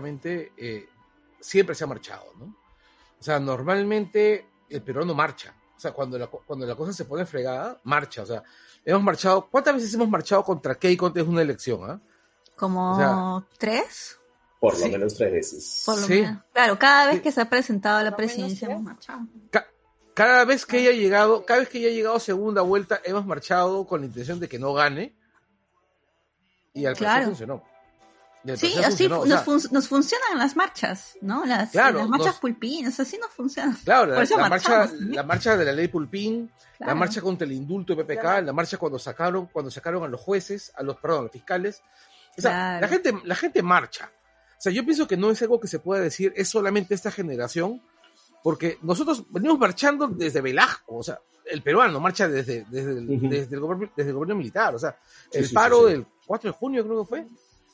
históricamente siempre se ha marchado, ¿no? O sea, normalmente el peruano marcha, o sea, cuando la cosa se pone fregada, marcha. O sea, hemos marchado, ¿cuántas veces hemos marchado contra Keiko antes de una elección? ¿Ah? Como O sea, 3, Por lo Sí. menos 3 veces. por lo Sí. menos. Claro, cada vez Sí. que se ha presentado a la Por lo menos presidencia 3. hemos marchado. Cada vez que ella ha llegado segunda vuelta, hemos marchado con la intención de que no gane. Y al parecer Claro. funcionó. Y al Sí, parecer así funcionó, o sea, nos funcionan las marchas, ¿no? Claro, las marchas nos- pulpinas, así nos funcionan. claro, Por eso marchamos, ¿no? la marcha de la ley Pulpín, la Claro. marcha contra el indulto de PPK, Claro. la marcha cuando sacaron a los jueces, a los fiscales. O sea, Claro. la gente marcha. O sea, yo pienso que no es algo que se pueda decir, es solamente esta generación, porque nosotros venimos marchando desde Velasco, o sea, el peruano marcha desde Ujú. el gobierno militar, o sea, Sí, el sí, paro sí, sí. del 4 de junio creo que fue.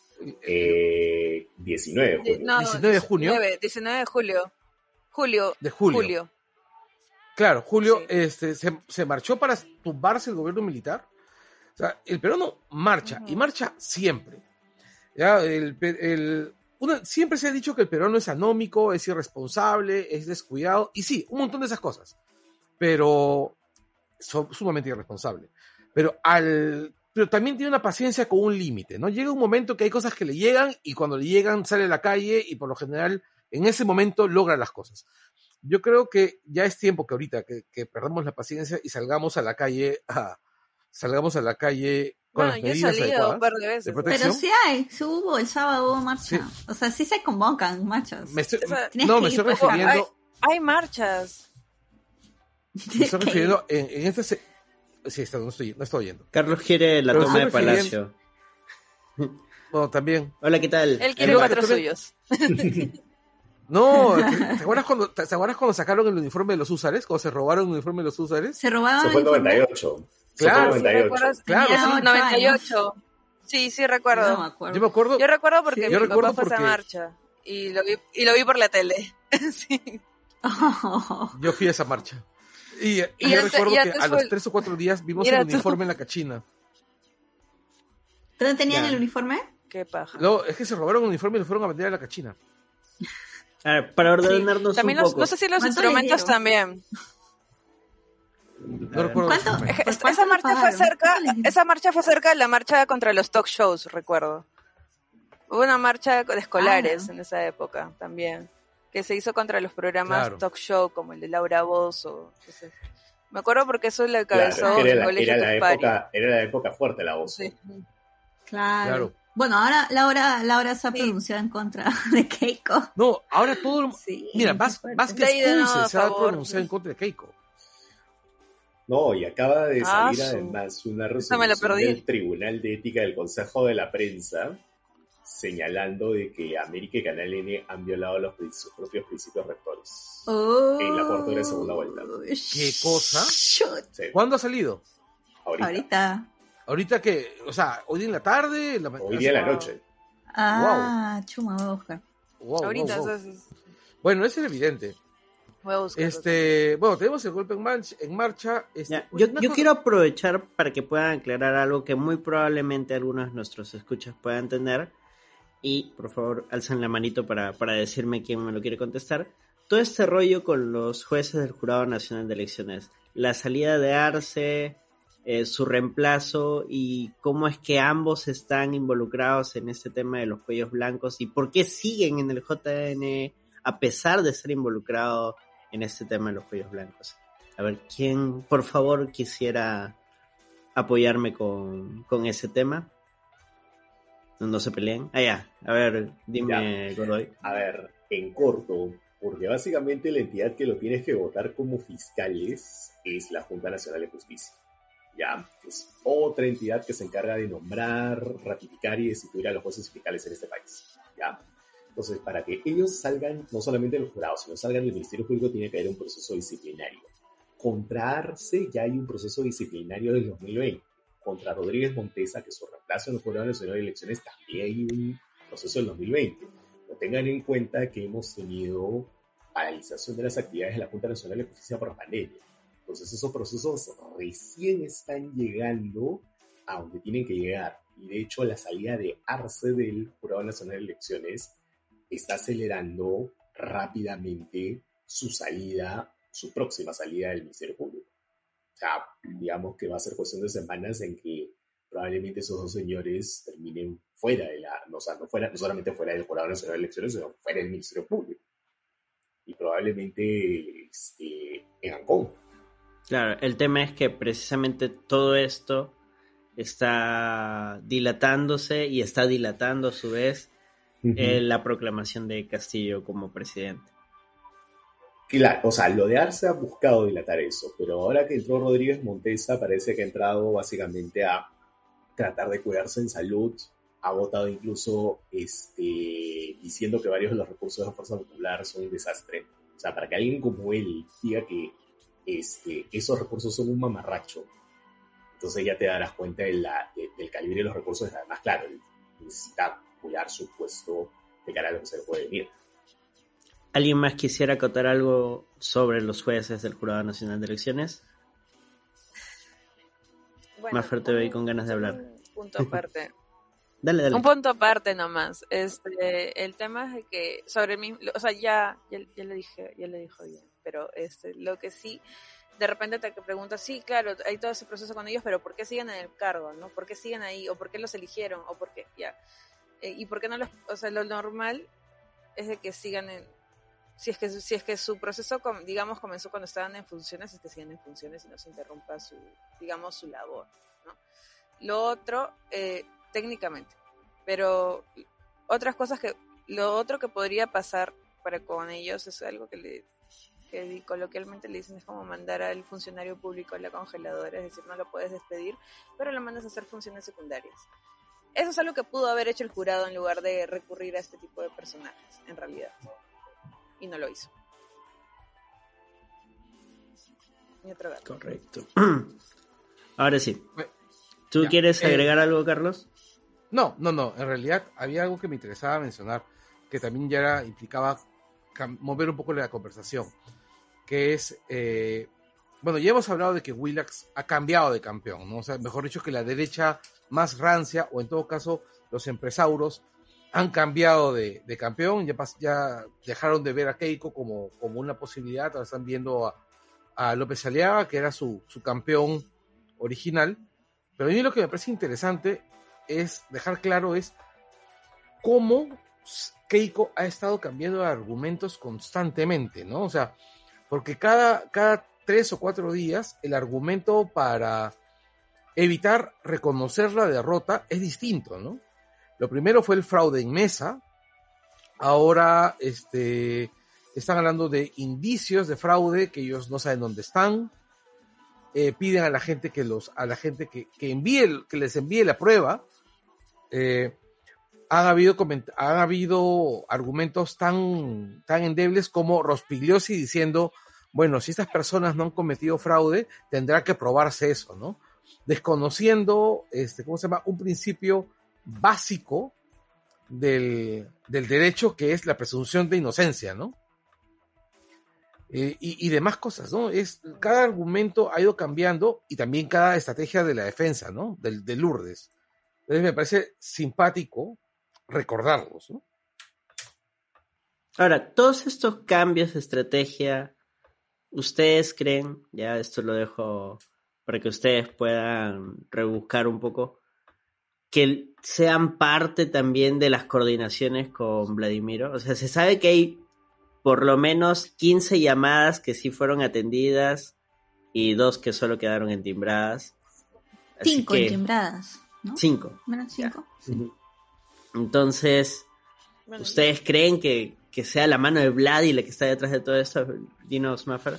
19 de junio. No, 19 de junio. 19 de julio. Julio. De julio. Claro, Julio se marchó para tumbarse el gobierno militar. O sea, el peruano marcha y marcha siempre. Ya, siempre se ha dicho que el peruano es anómico, es irresponsable, es descuidado, y sí, un montón de esas cosas, pero sumamente irresponsable. Pero también tiene una paciencia con un límite, ¿no? Llega un momento que hay cosas que le llegan y cuando le llegan sale a la calle y por lo general en ese momento logra las cosas. Yo creo que ya es tiempo que ahorita que perdamos la paciencia y salgamos a la calle con Bueno, las yo he medidas salido adecuadas un par de de veces. protección. Pero sí hubo, el sábado hubo marcha. Sí. O sea, sí se convocan marchas. Me estoy Tienes que ir, refiriendo Hay marchas. me estoy refiriendo en este sí, no estoy oyendo. Carlos quiere la Pero toma de estoy Palacio. Bueno, también. Hola, ¿qué tal? Él quiere Pero- 4 suyos. No, ¿te acuerdas cuando sacaron el uniforme de los húsares? Cuando se robaron el uniforme de los húsares. Se robaban Se fue en el informe. 98. Claro, Se ¿Sí fue en 98. recuerdas? Claro, Tenía sí. 8 98. Sí, sí recuerdo. No me acuerdo. Yo me acuerdo, Yo recuerdo porque Sí, mi yo papá recuerdo fue a esa porque- marcha y lo vi por la tele. Sí. yo fui a esa marcha. Y yo antes- recuerdo y que antes a fue los el- 3 o 4 días vimos Mira el tú. uniforme en la cachina. ¿Dónde tenían Ya. el uniforme? Qué paja. No, es que se robaron el uniforme y lo fueron a vender a la cachina. A ver, para Sí. ordenarnos También un los, poco. no sé si los ¿Cuánto instrumentos les dieron? también. No recuerdo. ¿Cuánto? los uniformes. ¿Por Esa cuánto marcha fue pagaron? cerca, ¿Cuánto les dieron? esa marcha fue cerca de la marcha contra los talk shows, recuerdo. Hubo una marcha de escolares Ah. en esa época también, que se hizo contra los programas Claro. talk show como el de Laura Bozzo. Entonces, me acuerdo porque eso le Claro, encabezó es que el colegio Tupac. era la época fuerte la voz. Sí. Claro. Claro. Bueno, ahora Laura se ha pronunciado en contra de Keiko. No, ahora todo el Sí. Mira, qué Vázquez fuerte. Ley de no, a se ha favor. pronunciado en contra de Keiko. No, y acaba de salir Ah, su- además una me lo resolución perdí. del Tribunal de Ética del Consejo de la Prensa señalando de que América y Canal N han violado sus propios principios rectores. Oh, En la cuarta de segunda vuelta. ¿Qué cosa? Shoot. Sí, ¿Cuándo ha salido? Ahorita. Ahorita que, o sea, hoy en la tarde, Hoy día en la noche. Ah, chuma, voy a buscar. Wow, Ahorita, wow, wow. eso es- Bueno, eso es evidente. voy a buscarlo Bueno, tenemos el golpe en marcha. Ya, oye, yo una yo cosa- quiero aprovechar para que puedan aclarar algo que muy probablemente algunos de nuestros escuchas puedan tener. Y por favor, alzan la manito para decirme quién me lo quiere contestar. Todo este rollo con los jueces del Jurado Nacional de Elecciones, la salida de Arce, su reemplazo y cómo es que ambos están involucrados en este tema de los cuellos blancos y por qué siguen en el JN a pesar de ser involucrados en este tema de los cuellos blancos. A ver, ¿quién, por favor, quisiera apoyarme con ese tema? No se peleen. Ah, ya. A ver, dime, Godoy. A ver, en corto, porque básicamente la entidad que lo tienes que votar como fiscales es la Junta Nacional de Justicia. Ya, es otra entidad que se encarga de nombrar, ratificar y destituir a los jueces fiscales en este país. Ya. Entonces, para que ellos salgan, no solamente del jurado, sino salgan del Ministerio Público, tiene que haber un proceso disciplinario. Contra Arce ya hay un proceso disciplinario del 2020. Contra Rodríguez Montesa, que es su reemplazo en el Jurado Nacional de Elecciones, también hay un proceso del 2020. Pero tengan en cuenta que hemos tenido paralización de las actividades de la Junta Nacional de Justicia por la pandemia. Entonces esos procesos recién están llegando a donde tienen que llegar. Y de hecho la salida de Arce del Jurado Nacional de Elecciones está acelerando rápidamente su salida su próxima salida del Ministerio Público. O sea, digamos que va a ser cuestión de semanas en que probablemente esos dos señores terminen fuera de no solamente fuera del Jurado Nacional de Elecciones, sino fuera del Ministerio Público. Y probablemente en Ancón. Claro, el tema es que precisamente todo esto está dilatándose y está dilatando a su vez la proclamación de Castillo como presidente. Claro, o sea, lo de Arce ha buscado dilatar eso, pero ahora que entró Rodríguez Montesa parece que ha entrado básicamente a tratar de cuidarse en salud, ha votado incluso diciendo que varios de los recursos de la Fuerza Popular son un desastre. O sea, para que alguien como él diga que esos recursos son un mamarracho, entonces ya te darás cuenta del calibre de los recursos. Además, claro, él necesita cuidar su puesto de cara a lo que se le puede venir. ¿Alguien más quisiera acotar algo sobre los jueces del Jurado Nacional de Elecciones? Bueno, Mafer, te veo con ganas de hablar. Un punto aparte. Dale. Un punto aparte nomás. El tema es de que sobre el mismo, o sea, ya le dijo bien, pero lo que sí, de repente te preguntas, sí, claro, hay todo ese proceso con ellos, pero ¿por qué siguen en el cargo, no? ¿Por qué siguen ahí? ¿O por qué los eligieron? ¿O por qué? Ya. ¿Y por qué no o sea, lo normal es de que sigan si es que su proceso, digamos, comenzó cuando estaban en funciones, es que sigan en funciones y no se interrumpa su labor, ¿no? Lo otro, técnicamente, pero lo otro que podría pasar con ellos es algo que coloquialmente le dicen, es como mandar al funcionario público a la congeladora, es decir, no lo puedes despedir, pero lo mandas a hacer funciones secundarias. Eso es algo que pudo haber hecho el jurado en lugar de recurrir a este tipo de personajes, en realidad. Y no lo hizo. Y otro gato. Correcto. Ahora sí. ¿Tú Ya, quieres agregar algo, Carlos? No. En realidad había algo que me interesaba mencionar, que también ya implicaba mover un poco la conversación, que es, bueno, ya hemos hablado de que Willax ha cambiado de campeón, ¿no? O sea, mejor dicho, que la derecha más rancia, o en todo caso, los empresauros, han cambiado de campeón, ya dejaron de ver a Keiko como una posibilidad, ahora están viendo a López Aliaga, que era su campeón original. Pero a mí lo que me parece interesante es dejar claro es cómo Keiko ha estado cambiando de argumentos constantemente, ¿no? O sea, porque cada 3 o 4 días el argumento para evitar reconocer la derrota es distinto, ¿no? Lo primero fue el fraude en mesa, ahora están hablando de indicios de fraude que ellos no saben dónde están. Piden a la gente que les envíe la prueba. Han habido argumentos tan endebles como Rospigliosi diciendo, bueno, si estas personas no han cometido fraude, tendrá que probarse eso, ¿no? Desconociendo, un principio básico del derecho, que es la presunción de inocencia, ¿no? Y demás cosas, ¿no? Cada argumento ha ido cambiando, y también cada estrategia de la defensa, ¿no? De Lourdes. Entonces me parece simpático recordarlos, ¿no? Ahora, todos estos cambios de estrategia, ¿ustedes creen, ya esto lo dejo para que ustedes puedan rebuscar un poco, que sean parte también de las coordinaciones con Vladimiro? O sea, se sabe que hay por lo menos 15 llamadas que sí fueron atendidas y 2 que solo quedaron entimbradas. 5 entimbradas, ¿no? 5. Menos 5. Sí. Entonces, Bueno, ¿ustedes creen que sea la mano de Vladi la que está detrás de todo esto? Dinos, Mafer.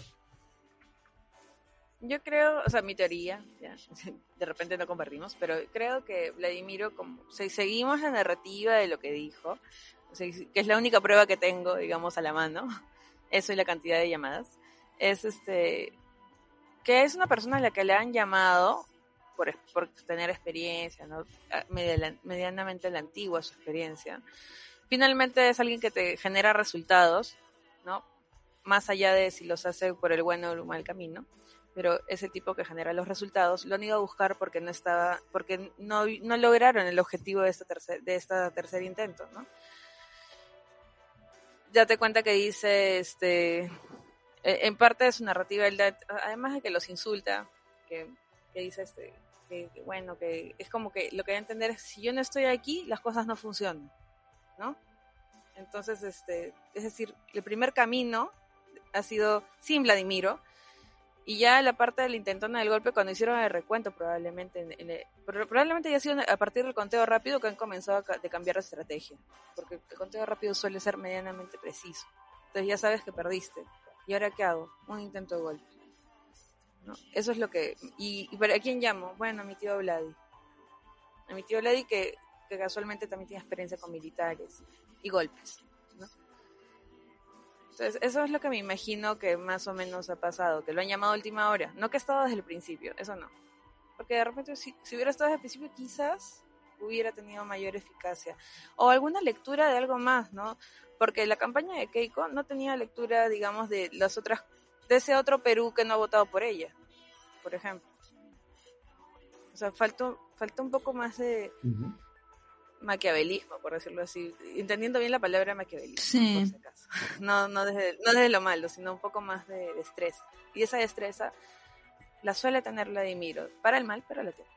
yo creo, o sea, mi teoría, ya, de repente no compartimos, pero creo que Vladimiro, como seguimos la narrativa de lo que dijo, o sea, que es la única prueba que tengo, digamos, a la mano, eso y la cantidad de llamadas, es que es una persona a la que le han llamado por tener experiencia, ¿no? Medianamente la antigua su experiencia. Finalmente es alguien que te genera resultados, ¿no? Más allá de si los hace por el bueno o el mal camino, pero ese tipo que genera los resultados lo han ido a buscar porque no lograron el objetivo de esta tercer intento, ¿no? Ya te cuenta que dice En parte de su narrativa, además de que los insulta, que dice bueno, que es como que lo que da a entender es, si yo no estoy aquí, las cosas no funcionan, ¿no? Entonces, es decir, el primer camino ha sido sin Vladimiro, y ya la parte del intentona del golpe, cuando hicieron el recuento, probablemente probablemente haya sido a partir del conteo rápido que han comenzado de cambiar de estrategia, porque el conteo rápido suele ser medianamente preciso. Entonces ya sabes que perdiste. ¿Y ahora qué hago? Un intento de golpe, ¿no? Eso es lo que... ¿Y para quién llamo? Bueno, a mi tío Vladi. A mi tío Vladi que casualmente también tiene experiencia con militares y golpes, ¿no? Entonces, eso es lo que me imagino que más o menos ha pasado, que lo han llamado a última hora. No que ha estado desde el principio, eso no. Porque de repente, si hubiera estado desde el principio, quizás hubiera tenido mayor eficacia. O alguna lectura de algo más, ¿no? Porque la campaña de Keiko no tenía lectura, digamos, de ese otro Perú que no ha votado por ella, por ejemplo. O sea, falta un poco más de maquiavelismo, por decirlo así, entendiendo bien la palabra maquiavelismo, sí, por si acaso. No desde lo malo, sino un poco más de destreza. Y esa destreza la suele tener Vladimiro, para el mal, pero la tiene.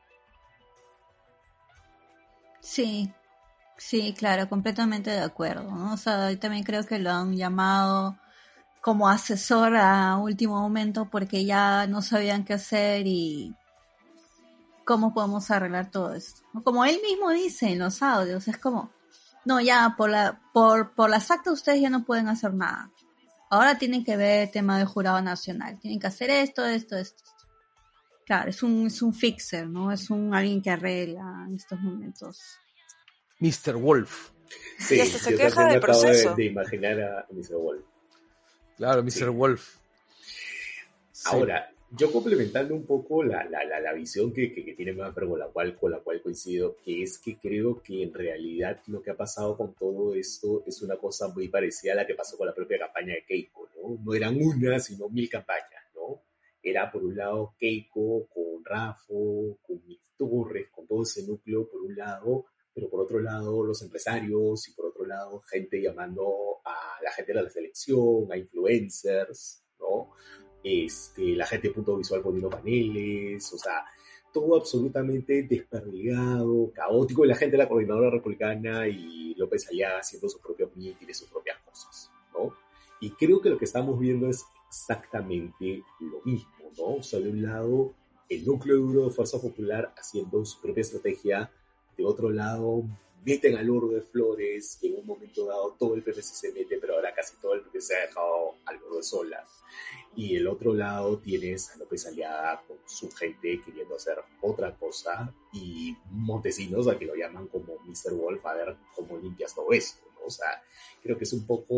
sí, sí, claro, completamente de acuerdo, ¿no? O sea, yo también creo que lo han llamado como asesor a último momento porque ya no sabían qué hacer y cómo podemos arreglar todo esto. Como él mismo dice en los audios, es como, no, ya por las actas ustedes ya no pueden hacer nada. Ahora tienen que ver el tema del jurado nacional, tienen que hacer esto. Claro, es un fixer, ¿no? Es alguien que arregla en estos momentos. Mr. Wolf. Sí, Y hasta se yo queja también del me acabo proceso. de imaginar a Mr. Wolf. Claro, Mr. Sí. Wolf. Sí. Ahora, yo complementando un poco la visión que tiene Maffer, con la cual coincido, que es que creo que en realidad lo que ha pasado con todo esto es una cosa muy parecida a la que pasó con la propia campaña de Keiko, ¿no? No eran una, sino 1000 campañas, ¿no? Era por un lado Keiko con Rafo, con Mick Torres, con todo ese núcleo por un lado, pero por otro lado los empresarios y por otro lado gente llamando a la gente de la selección, a influencers, ¿no? La gente de Punto Visual poniendo paneles, o sea, todo absolutamente desperdigado, caótico, y la gente de la Coordinadora Republicana y López allá haciendo sus propios mítines, sus propias cosas, ¿no? Y creo que lo que estamos viendo es exactamente lo mismo, ¿no? O sea, de un lado, el núcleo duro de Fuerza Popular haciendo su propia estrategia, de otro lado, meten a Lourdes Flores, y en un momento dado todo el PPC se mete, pero ahora casi todo el PPC se ha dejado a Lourdes sola. Y el otro lado tienes a López Aliaga con su gente queriendo hacer otra cosa, y Montesinos, a que lo llaman como Mr. Wolf, a ver cómo limpias todo esto, ¿no? O sea, creo que es un poco,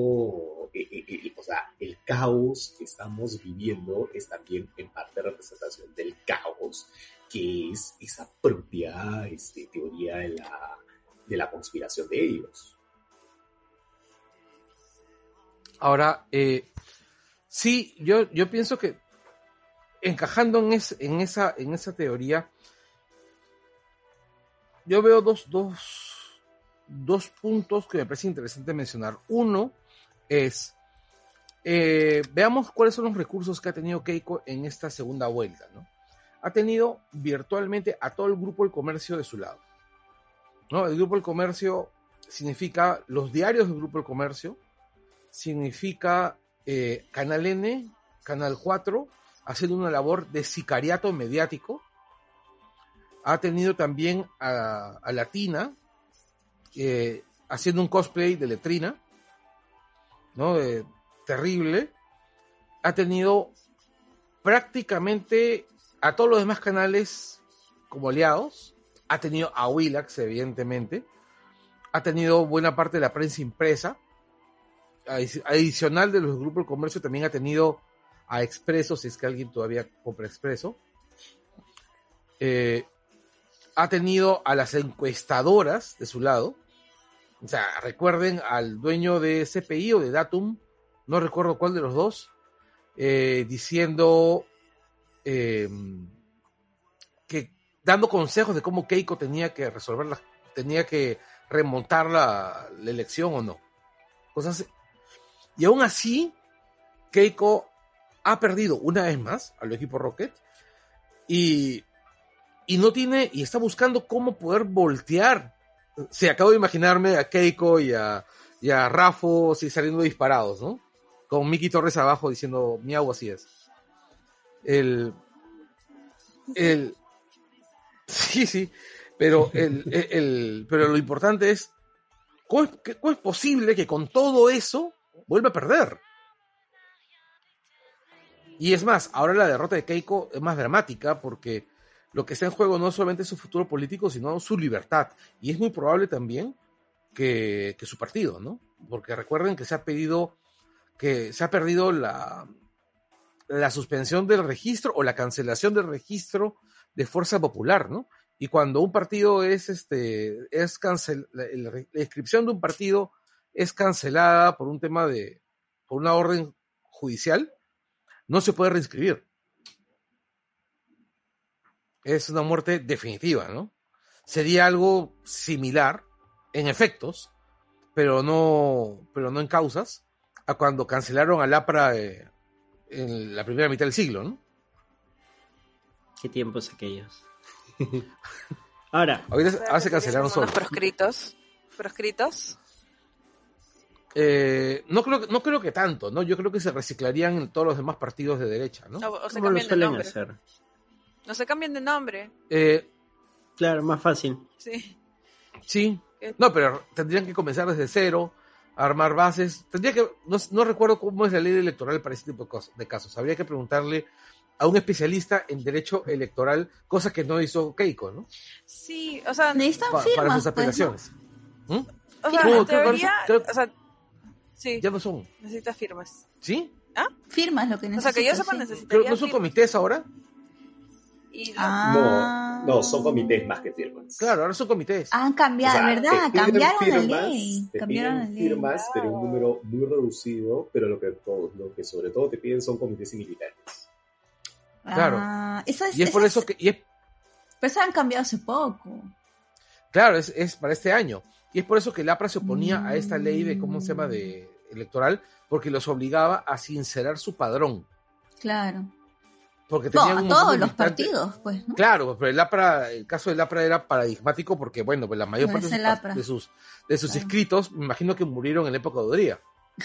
o sea, el caos que estamos viviendo es también en parte representación del caos, que es esa propia teoría de la conspiración de ellos. Ahora, sí, yo pienso que encajando en esa teoría, yo veo dos puntos que me parece interesante mencionar. Uno es, veamos cuáles son los recursos que ha tenido Keiko en esta segunda vuelta, ¿no? Ha tenido virtualmente a todo el grupo del comercio de su lado, ¿no? El grupo del comercio significa los diarios del grupo del comercio, significa Canal N, Canal 4, haciendo una labor de sicariato mediático. Ha tenido también a Latina, haciendo un cosplay de Letrina, ¿no? Terrible. Ha tenido prácticamente a todos los demás canales como aliados. Ha tenido a Willax, evidentemente. Ha tenido buena parte de la prensa impresa. Adicional de los grupos de comercio, también ha tenido a Expreso, si es que alguien todavía compra Expreso. Ha tenido a las encuestadoras de su lado. O sea, recuerden al dueño de CPI o de Datum, no recuerdo cuál de los dos, diciendo que dando consejos de cómo Keiko tenía que tenía que remontar la elección o no. Cosas. Y aún así, Keiko ha perdido una vez más al equipo Rocket y no tiene, y está buscando cómo poder voltear. Sí, acabo de imaginarme a Keiko y a Rafo sí, saliendo disparados, ¿no? Con Miki Torres abajo diciendo miau, así es. Sí, pero pero lo importante es ¿cómo es posible que con todo eso vuelva a perder? Y es más, ahora la derrota de Keiko es más dramática porque lo que está en juego no es solamente su futuro político, sino su libertad. Y es muy probable también que su partido, ¿no? Porque recuerden que se ha perdido la suspensión del registro o la cancelación del registro de Fuerza Popular, ¿no? Y cuando un partido la inscripción de un partido es cancelada por un tema por una orden judicial, no se puede reinscribir. Es una muerte definitiva, ¿no? Sería algo similar en efectos, pero no en causas, a cuando cancelaron al APRA en la primera mitad del siglo, ¿no? Qué tiempos aquellos. Ahora se cancelaron unos solos. proscritos. No creo que tanto, ¿no? Yo creo que se reciclarían en todos los demás partidos de derecha, ¿no? O se ¿cómo lo cambian de suelen nombre. hacer? No se cambien de nombre. Claro, más fácil. Sí. Sí. No, pero tendrían que comenzar desde cero, a armar bases. No recuerdo cómo es la ley electoral para ese tipo de casos. Habría que preguntarle a un especialista en derecho electoral, cosa que no hizo Keiko, ¿no? Sí, o sea, Necesitan firmas, para sus pues, ¿no? apelaciones. o sea, No, en teoría, creo- o sea, sí, Ya no son. necesitas firmas. ¿Sí? Firmas lo que O necesitas. sea, que yo sepa, sí. necesitaría ¿No son firmas. comités ahora? Y No, son comités más que firmas. Claro, ahora son comités. Han cambiado, O sea, ¿verdad? te piden Cambiaron la firmas, ley. te Cambiaron la piden ley. firmas, pero un número muy reducido, pero lo que sobre todo te piden son comités y militantes. Claro. Eso es, Y es por eso que... Pero eso han cambiado hace poco. Claro, es para este año. Y es por eso que el APRA se oponía a esta ley de, ¿cómo se llama?, de electoral, porque los obligaba a sincerar su padrón. Claro. Porque No, tenían a un montón todos de los militantes. partidos, pues, ¿no? Claro, pero el caso del APRA era paradigmático porque, bueno, pues la mayor No parte es el APRA. de sus Claro. inscritos, me imagino que murieron en la época de Odría.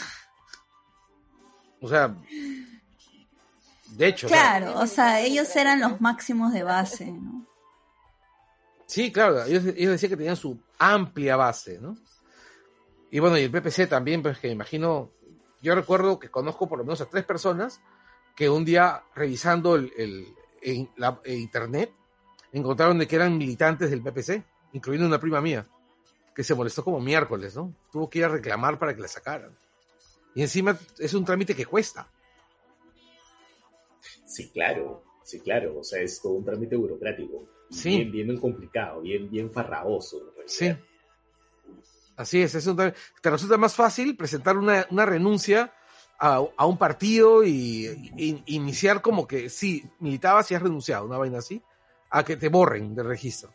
O sea, de hecho. Claro, o sea, ellos eran los máximos de base, ¿no? Sí, claro, ellos decían que tenían su amplia base, ¿no? Y bueno, y el PPC también, pues que me imagino, yo recuerdo que conozco por lo menos a 3 personas que un día revisando el internet encontraron de que eran militantes del PPC, incluyendo una prima mía, que se molestó como miércoles, ¿no? Tuvo que ir a reclamar para que la sacaran. Y encima es un trámite que cuesta. Sí, claro. O sea, es todo un trámite burocrático. Sí. Bien complicado, bien farragoso. En realidad. Sí. Así es te resulta más fácil presentar una renuncia a un partido y iniciar como que sí, militabas y has renunciado, una vaina así, a que te borren del registro.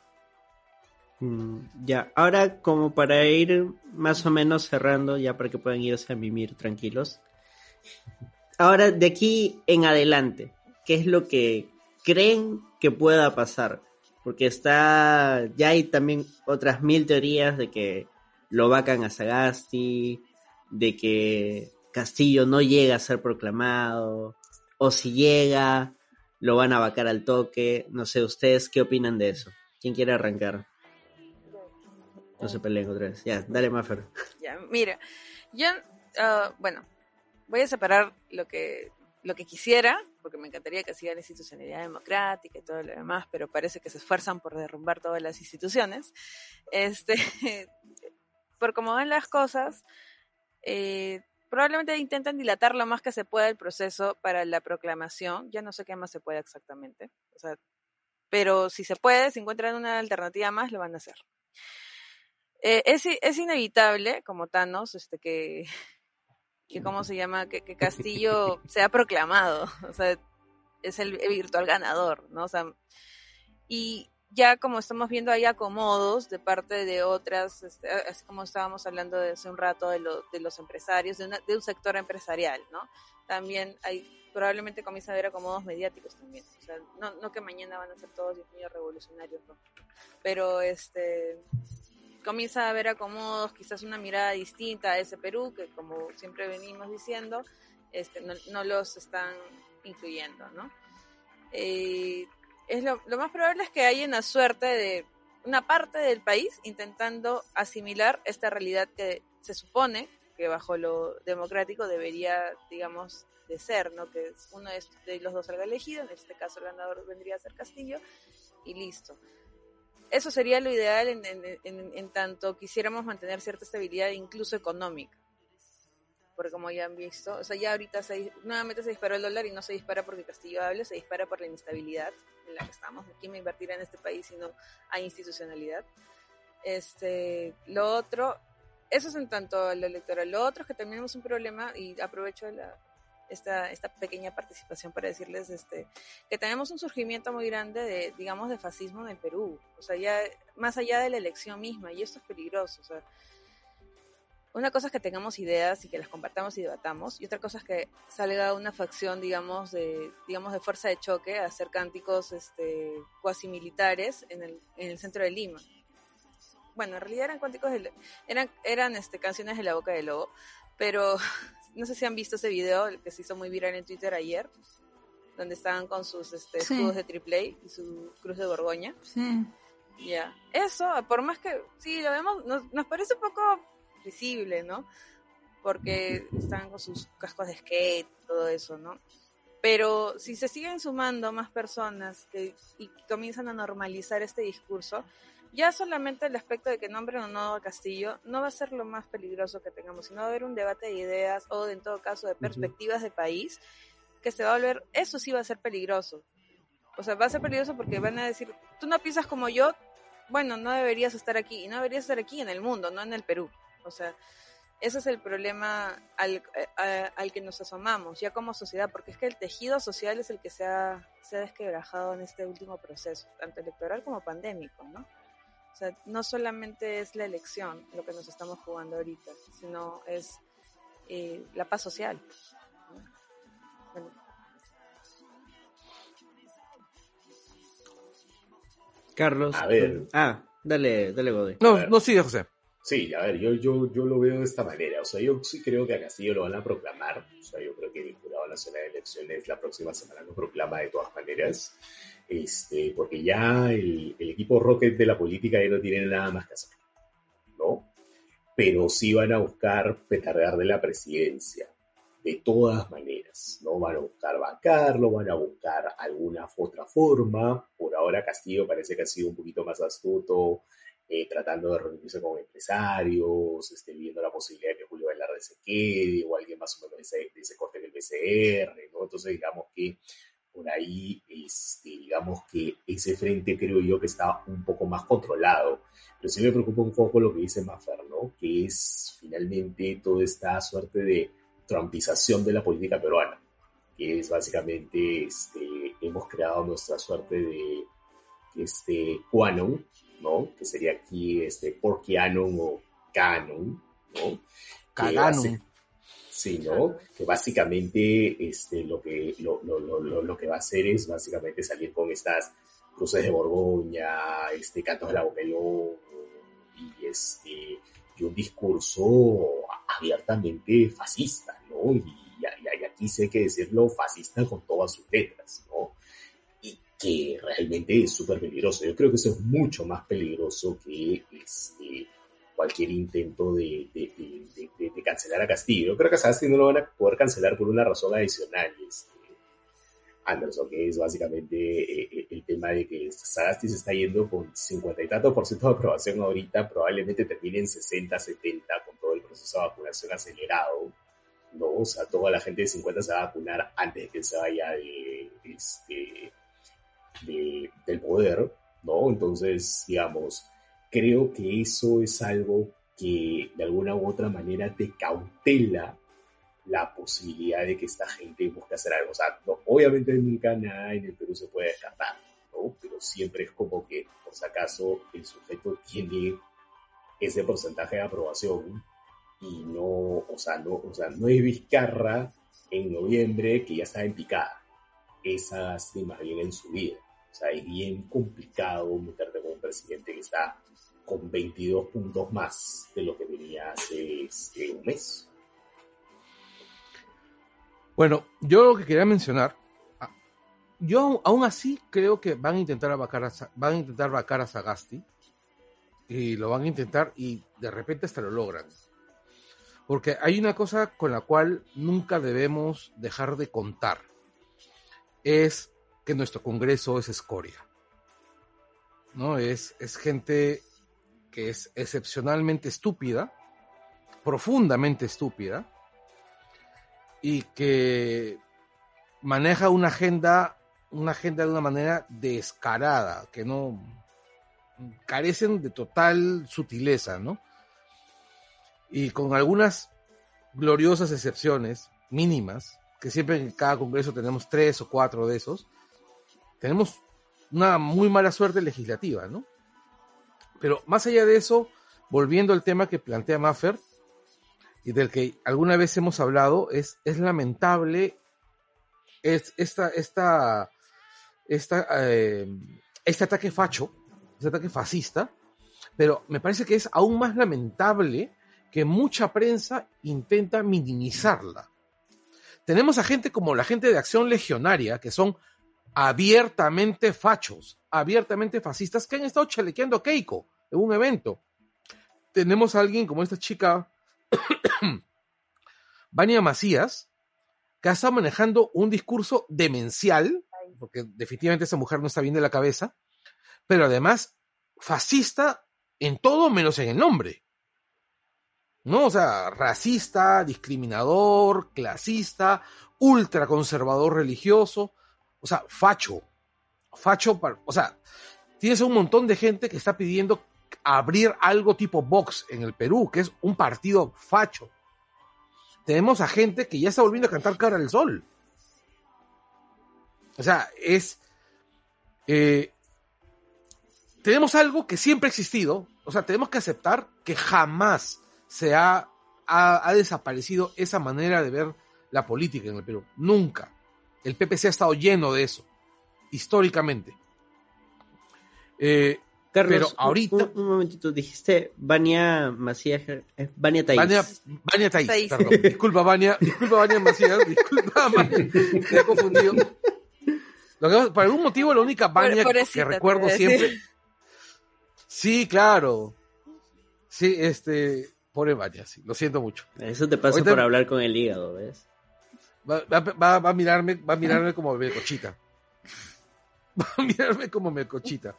Ya, ahora como para ir más o menos cerrando, ya para que puedan irse a mimir tranquilos. Ahora, de aquí en adelante, ¿qué es lo que creen que pueda pasar? Porque ya hay también otras 1000 teorías de que lo vacan a Sagasti, de que Castillo no llega a ser proclamado, o si llega, lo van a vacar al toque. No sé, ¿ustedes qué opinan de eso? ¿Quién quiere arrancar? No se peleen otra vez. Ya, dale, Mafer. ya, mira, yo, bueno, voy a separar lo que quisiera, porque me encantaría que siga la institucionalidad democrática y todo lo demás, pero parece que se esfuerzan por derrumbar todas las instituciones. Por cómo van las cosas, probablemente intentan dilatar lo más que se pueda el proceso para la proclamación. Ya no sé qué más se puede exactamente, o sea, pero si se puede, si encuentran una alternativa más, lo van a hacer. Es inevitable, como Thanos, que ¿cómo se llama? Que Castillo sea proclamado, o sea, es el virtual ganador, ¿no? O sea, y ya como estamos viendo hay acomodos de parte de otras, así como estábamos hablando de hace un rato de los empresarios, de un sector empresarial, ¿no? También probablemente comienza a haber acomodos mediáticos también, o sea, no que mañana van a ser todos, Dios mío, revolucionarios, no, pero comienza a haber acomodos, quizás una mirada distinta a ese Perú, que como siempre venimos diciendo, no los están incluyendo, ¿no? Lo más probable es que haya una suerte de una parte del país intentando asimilar esta realidad que se supone que bajo lo democrático debería, digamos, de ser, ¿no? Que uno de los dos salga elegido, en este caso el ganador vendría a ser Castillo, y listo. Eso sería lo ideal en tanto quisiéramos mantener cierta estabilidad incluso económica. Porque como ya han visto, o sea, ya ahorita nuevamente se disparó el dólar y no se dispara porque Castillo hable, se dispara por la inestabilidad en la que estamos. ¿Quién va a invertir en este país si no hay institucionalidad? Lo otro, eso es en tanto a lo electoral. Lo otro es que tenemos un problema, y aprovecho esta pequeña participación para decirles que tenemos un surgimiento muy grande digamos, de fascismo en el Perú. O sea, ya más allá de la elección misma, y esto es peligroso, o sea, una cosa es que tengamos ideas y que las compartamos y debatamos, y otra cosa es que salga una facción, digamos de fuerza de choque a hacer cánticos cuasi militares en el centro de Lima. Bueno, en realidad eran cánticos eran canciones de La Boca del Lobo, pero no sé si han visto ese video, el que se hizo muy viral en Twitter ayer, donde estaban con sus escudos de AAA y su cruz de Borgoña. Sí. Ya, eso, por más que sí lo vemos, nos parece un poco visible, ¿no? Porque están con sus cascos de skate, todo eso, ¿no? Pero si se siguen sumando más personas y comienzan a normalizar este discurso, ya solamente el aspecto de que nombren o no a Castillo no va a ser lo más peligroso que tengamos, sino va a haber un debate de ideas o, en todo caso, de perspectivas de país que se va a volver, eso sí va a ser peligroso. O sea, va a ser peligroso porque van a decir, tú no piensas como yo, bueno, no deberías estar aquí, y no deberías estar aquí en el mundo, no en el Perú. O sea, ese es el problema al que nos asomamos ya como sociedad, porque es que el tejido social es el que se ha desquebrajado en este último proceso, tanto electoral como pandémico, ¿no? O sea, no solamente es la elección lo que nos estamos jugando ahorita, sino es la paz social. Bueno. Carlos. A ver. Dale, Godoy. No, sigue, José. Sí, a ver, yo lo veo de esta manera. O sea, yo sí creo que a Castillo lo van a proclamar. O sea, yo creo que el Jurado Nacional de Elecciones la próxima semana lo proclama de todas maneras. Porque ya el equipo Rocket de la política ya no tiene nada más que hacer, ¿no? Pero sí van a buscar petardear de la presidencia. De todas maneras, ¿no? Van a buscar bancarlo, van a buscar alguna otra forma. Por ahora Castillo parece que ha sido un poquito más astuto, tratando de reunirse con empresarios, viendo la posibilidad de que Julio Velarde se quede, o alguien más o menos de ese corte en el PCR, ¿no? Entonces digamos que por ahí, digamos que ese frente creo yo que está un poco más controlado. Pero sí me preocupa un poco lo que dice Mafer, ¿no? Que es finalmente toda esta suerte de trumpización de la política peruana, que es básicamente, hemos creado nuestra suerte de, QAnon, ¿no? Que sería aquí, Porquianon o Canon, ¿no? Caganon. Sí, ¿no? Que básicamente, lo que va a hacer es básicamente salir con estas cruces de Borgoña, cantos de la Boca del Lobo, y un discurso abiertamente fascista, ¿no? Y aquí sí hay que decirlo, fascista con todas sus letras, ¿no? Y que realmente es súper peligroso. Yo creo que eso es mucho más peligroso que cualquier intento de cancelar a Castillo. Yo creo que a Sagasti no lo van a poder cancelar por una razón adicional, Anderson, que es básicamente el tema de que Sagasti se está yendo con 50 y tantos % de aprobación ahorita, probablemente termine en 60, 70 con todo el proceso de vacunación acelerado, ¿no? O sea, toda la gente de 50 se va a vacunar antes de que se vaya del poder, ¿no? Entonces, digamos, creo que eso es algo que de alguna u otra manera te cautela la posibilidad de que esta gente busque hacer algo. O sea, no, obviamente nunca nada en el Perú se puede descartar, ¿no? ¿no? Pero siempre es como que, por si acaso, el sujeto tiene ese porcentaje de aprobación y no, no es Vizcarra en noviembre que ya está en picada. Esa sí, más bien en su vida. O sea, es bien complicado meterte con un presidente que está con 22 puntos más de lo que tenía hace un mes. Bueno, yo lo que quería mencionar, yo aún así creo que van a intentar vacar a Sagasti, y lo van a intentar y de repente hasta lo logran. Porque hay una cosa con la cual nunca debemos dejar de contar, es que nuestro Congreso es escoria, ¿no? Es gente que es excepcionalmente estúpida, profundamente estúpida, y que maneja una agenda de una manera descarada, que no carecen de total sutileza, ¿no? Y con algunas gloriosas excepciones mínimas, que siempre en cada congreso tenemos 3 o 4 de esos, tenemos una muy mala suerte legislativa, ¿no? Pero más allá de eso, volviendo al tema que plantea Maffer, y del que alguna vez hemos hablado, es lamentable este ataque facho, este ataque fascista, pero me parece que es aún más lamentable que mucha prensa intenta minimizarla. Tenemos a gente como la gente de Acción Legionaria, que son abiertamente fachos, abiertamente fascistas, que han estado chalequeando a Keiko en un evento. Tenemos a alguien como esta chica Vania Macías, que ha estado manejando un discurso demencial, porque definitivamente esa mujer no está bien de la cabeza, pero además fascista en todo menos en el nombre, ¿no? O sea, racista, discriminador, clasista, ultraconservador religioso, o sea, facho, o sea, tienes un montón de gente que está pidiendo abrir algo tipo Vox en el Perú, que es un partido facho. Tenemos a gente que ya está volviendo a cantar Cara al Sol. O sea, tenemos algo que siempre ha existido. O sea, tenemos que aceptar que jamás se ha desaparecido esa manera de ver la política en el Perú. Nunca. El PPC ha estado lleno de eso, históricamente. Carlos, pero ahorita... un momentito, dijiste Vania Macías, Vania Thaís. Vania Thaís, perdón. Disculpa, Vania Macías, disculpa, Vania, me he confundido. Por algún motivo, la única Vania que recuerdo siempre... Sí, claro. Sí, pobre Vania, sí, lo siento mucho. Eso te pasa ahorita por hablar con el hígado, ¿ves? Va a mirarme como melcochita. Va a mirarme como melcochita.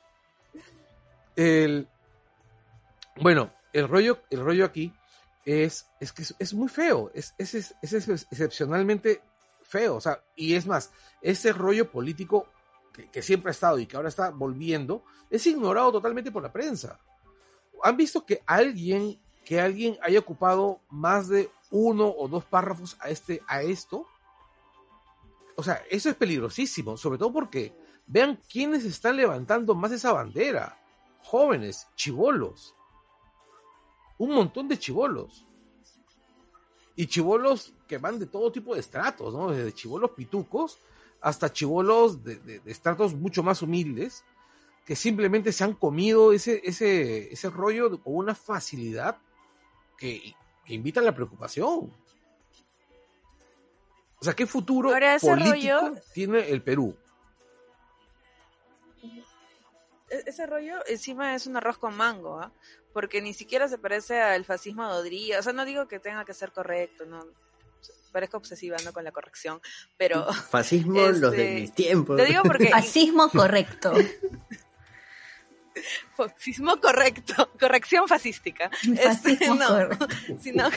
Bueno, el rollo aquí es que es muy feo, es excepcionalmente feo, o sea, y es más, ese rollo político que siempre ha estado y que ahora está volviendo, es ignorado totalmente por la prensa. ¿Han visto que alguien haya ocupado más de 1 o 2 párrafos a esto? O sea, eso es peligrosísimo, sobre todo porque vean quiénes están levantando más esa bandera. Jóvenes, chibolos, un montón de chibolos, y chibolos que van de todo tipo de estratos, ¿no? Desde chibolos pitucos hasta chibolos de estratos mucho más humildes, que simplemente se han comido ese rollo con una facilidad que invita a la preocupación. O sea, ¿qué futuro político tiene el Perú? Ese rollo encima es un arroz con mango, ¿eh? Porque ni siquiera se parece al fascismo de Odría. O sea, no digo que tenga que ser correcto, no parezco obsesiva, ¿no? Con la corrección, pero... Fascismo, los de mis tiempos. Te digo porque... Fascismo correcto. Fascismo correcto, corrección fascística. Sino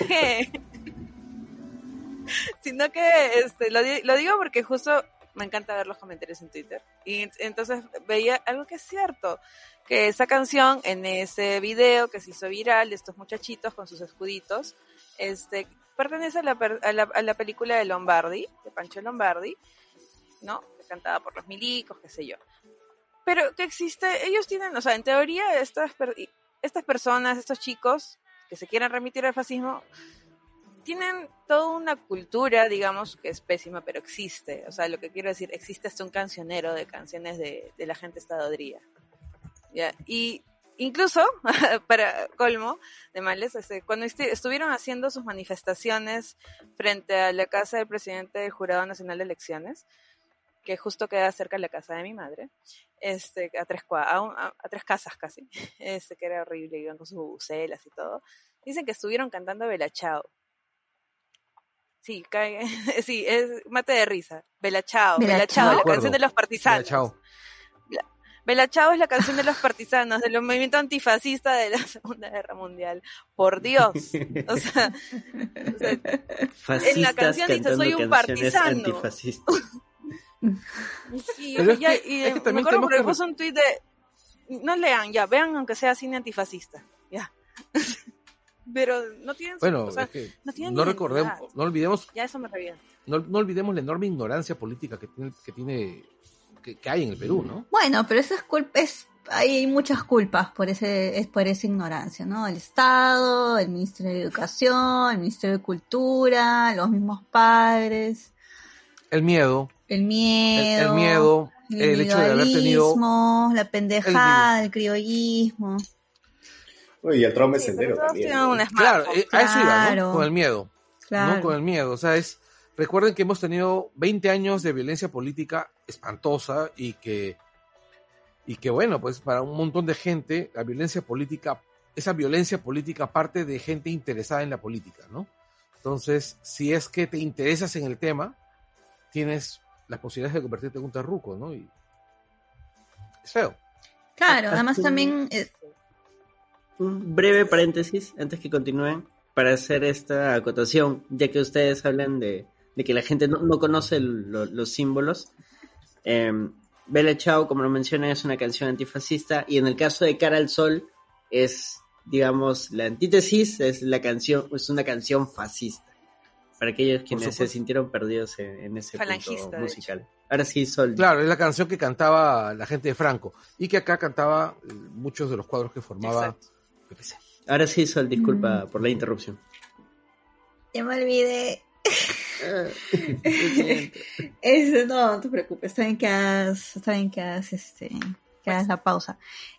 que lo digo porque justo me encanta ver los comentarios en Twitter. Y entonces veía algo que es cierto, que esa canción en ese video que se hizo viral de estos muchachitos con sus escuditos, pertenece a la película de Lombardi, de Pancho Lombardi, ¿no? Cantada por los milicos, qué sé yo. Pero que existe, ellos tienen, o sea, en teoría estas personas, estos chicos que se quieran remitir al fascismo, tienen toda una cultura, digamos, que es pésima, pero existe. O sea, lo que quiero decir, existe hasta un cancionero de canciones de la gente estadodría. ¿Ya? Y incluso, para colmo de males, cuando estuvieron haciendo sus manifestaciones frente a la casa del presidente del Jurado Nacional de Elecciones, que justo queda cerca de la casa de mi madre, a tres casas casi, que era horrible, iban con sus bubucelas y todo, dicen que estuvieron cantando Bella Ciao. Sí, sí, es mate de risa. Bella Ciao, Bella Ciao. la canción de los partisanos. Bella Ciao. Bella Ciao es la canción de los partisanos, del movimiento antifascista de la Segunda Guerra Mundial. Por Dios. O sea, Fascistas en la canción dice, soy un partisano. Antifascistas. Sí, Pero me también acuerdo porque tenemos que puso un tuit de, no lean, ya, vean aunque sea cine antifascista, ya. Pero no tienen, Bueno, o sea, es que no tienen no identidad. recordemos, no olvidemos, Ya eso me revienta. no olvidemos la enorme ignorancia política que hay en el Perú, ¿no? Bueno, pero eso hay muchas culpas por esa ignorancia, ¿no? El Estado, el Ministerio de Educación, el Ministerio de Cultura, los mismos padres. El miedo. El El miedo, el hecho de haber tenido la pendejada, el criollismo. Oye, y el trauma Sí, mesentero pero todos también. tienen ¿no? un Claro, smartphone. a eso iba, ¿no? Claro. Con el miedo. Claro. ¿No? Con el miedo. O sea, recuerden que hemos tenido 20 años de violencia política espantosa y que bueno, pues para un montón de gente, esa violencia política parte de gente interesada en la política, ¿no? Entonces, si es que te interesas en el tema, tienes las posibilidades de convertirte en un terruco, ¿no? Y es feo. Claro, además también Un breve paréntesis antes que continúen para hacer esta acotación, ya que ustedes hablan de que la gente no conoce los símbolos. Bella Ciao, como lo mencioné, es una canción antifascista, y en el caso de Cara al Sol es, digamos, la antítesis, es una canción fascista. Para aquellos quienes se sintieron perdidos en ese Falangista, punto de musical. Ahora sí, Sol. Claro, es la canción que cantaba la gente de Franco y que acá cantaba muchos de los cuadros que formaba Exacto. PPC. Ahora sí, Sol, disculpa por la interrupción. ya me olvidé. No te preocupes, está bien que hagas la pausa.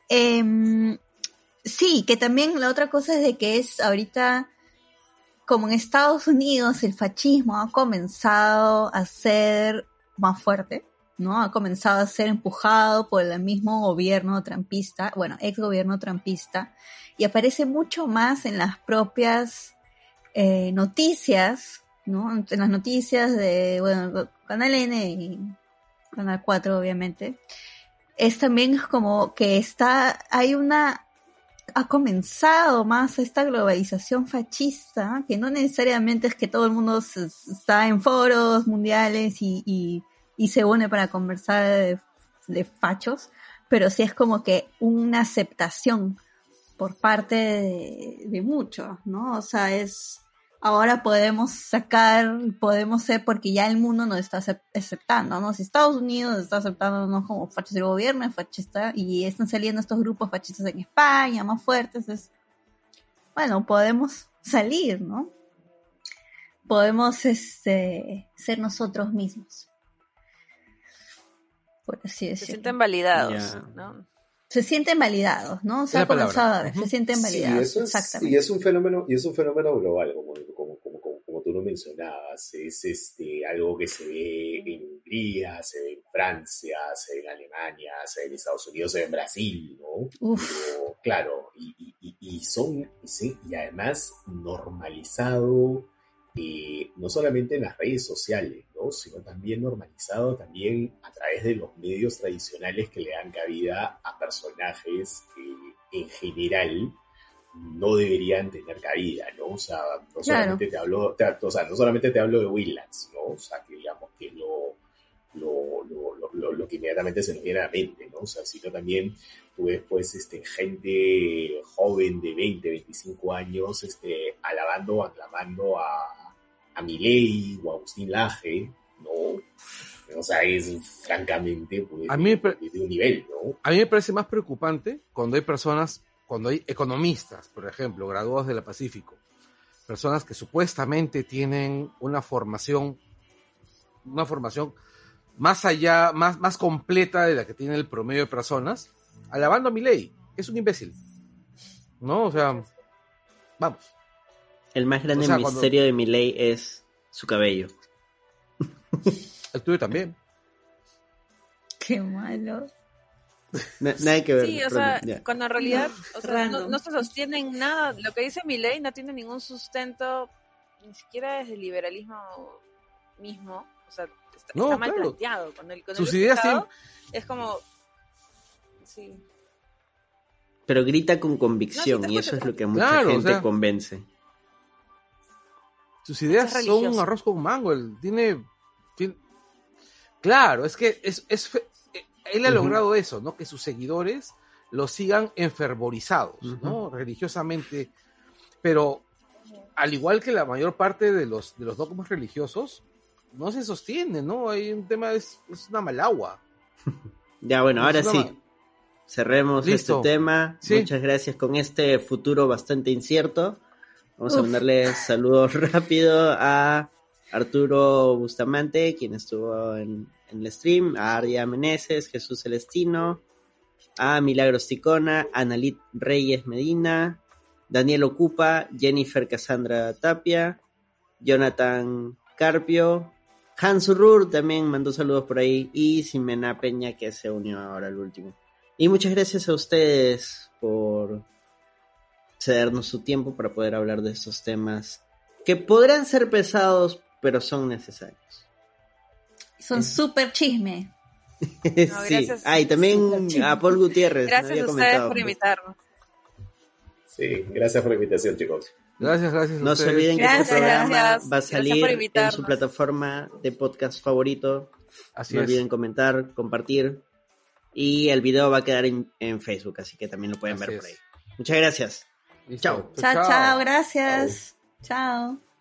Sí, que también la otra cosa es de que es ahorita, como en Estados Unidos, el fascismo ha comenzado a ser más fuerte, ¿no? Ha comenzado a ser empujado por el mismo gobierno trampista, bueno, ex gobierno trampista, y aparece mucho más en las propias noticias, ¿no? En las noticias de, bueno, Canal N y Canal 4, obviamente. Es también como que ha comenzado más esta globalización fascista, que no necesariamente es que todo el mundo está en foros mundiales y se une para conversar de fachos, pero sí es como que una aceptación por parte de muchos, ¿no? O sea, ahora podemos ser, porque ya el mundo nos está aceptando, ¿no? Si Estados Unidos está aceptándonos como fachos del gobierno, es fascista, y están saliendo estos grupos fascistas en España, más fuertes, bueno, podemos salir, ¿no? Podemos ser nosotros mismos, por así Se decirlo. sienten validados, Ya. ¿no? Se sienten validados, ¿no? Se ha comenzado a ver, se sienten validados, Sí, exactamente. y es un fenómeno global, como tú lo mencionabas. Es algo que se ve en Hungría, se ve en Francia, se ve en Alemania, se ve en Estados Unidos, se ve en Brasil, ¿no? Pero, claro, y además normalizado, no solamente en las redes sociales, ¿no? Sino también normalizado también a través de los medios tradicionales que le dan cabida a personajes que en general no deberían tener cabida, ¿no? O sea, no solamente no solamente te hablo de Willax, ¿no? O sea, que digamos que lo que inmediatamente se nos viene a la mente, ¿no? O sea, sino también tú ves, pues, gente joven de 20, 25 años, aclamando a Milei o a Agustín Laje, ¿no? O sea, es francamente pues, A mí de un nivel, ¿no? A mí me parece más preocupante cuando hay economistas, por ejemplo, graduados de la Pacífico, personas que supuestamente tienen una formación más allá, más completa de la que tiene el promedio de personas, alabando a Milei, que es un imbécil. ¿No? O sea, vamos. El más grande O sea, misterio de Milei es su cabello. El tuyo también. Qué malo. Nada que ver. Sí, o sea, ya. cuando en realidad o sea, Random. no se sostiene en nada. Lo que dice Milei no tiene ningún sustento, ni siquiera desde el liberalismo mismo. O sea, No, está mal claro. planteado. Con el Sus ideas resultado, es como... Sí. Pero grita con convicción No, sí, te y escucho, eso es te lo que a mucha Claro, o gente sea, convence. Sus ideas Es son religioso. un arroz con mango. Claro, es que él ha Ujú. logrado eso, ¿no? Que sus seguidores lo sigan enfervorizados, ¿no? Religiosamente. Pero al igual que la mayor parte de los dogmas religiosos, no se sostiene, ¿no? Hay un tema, es una malagua. Ya, bueno, Es ahora una sí. Cerremos Listo. este tema. Sí. Muchas gracias con este futuro bastante incierto. Vamos a Uf. mandarle saludos rápido a Arturo Bustamante, quien estuvo en el stream, a Ardia Meneses, Jesús Celestino, a Milagros Ticona, a Nalit Reyes Medina, Daniel Ocupa, Jennifer Cassandra Tapia, Jonathan Carpio, Hans Rur también mandó saludos por ahí, y Ximena Peña, que se unió ahora al último. Y muchas gracias a ustedes por cedernos su tiempo para poder hablar de estos temas que podrán ser pesados, pero son necesarios. Son súper chisme. Sí. gracias. Ah, y también a Paul Gutiérrez. me Gracias había a ustedes comentado. por invitarnos. Sí, gracias por la invitación, chicos. Gracias a No se ustedes. olviden que Gracias, este programa gracias. va a Gracias por salir en invitarnos. su plataforma de podcast favorito. Así No es. olviden comentar, compartir. Y el video va a quedar en Facebook, así que también lo pueden Así ver por es. ahí. Muchas gracias. Listo. Chao. Chao, chao, gracias. Chao.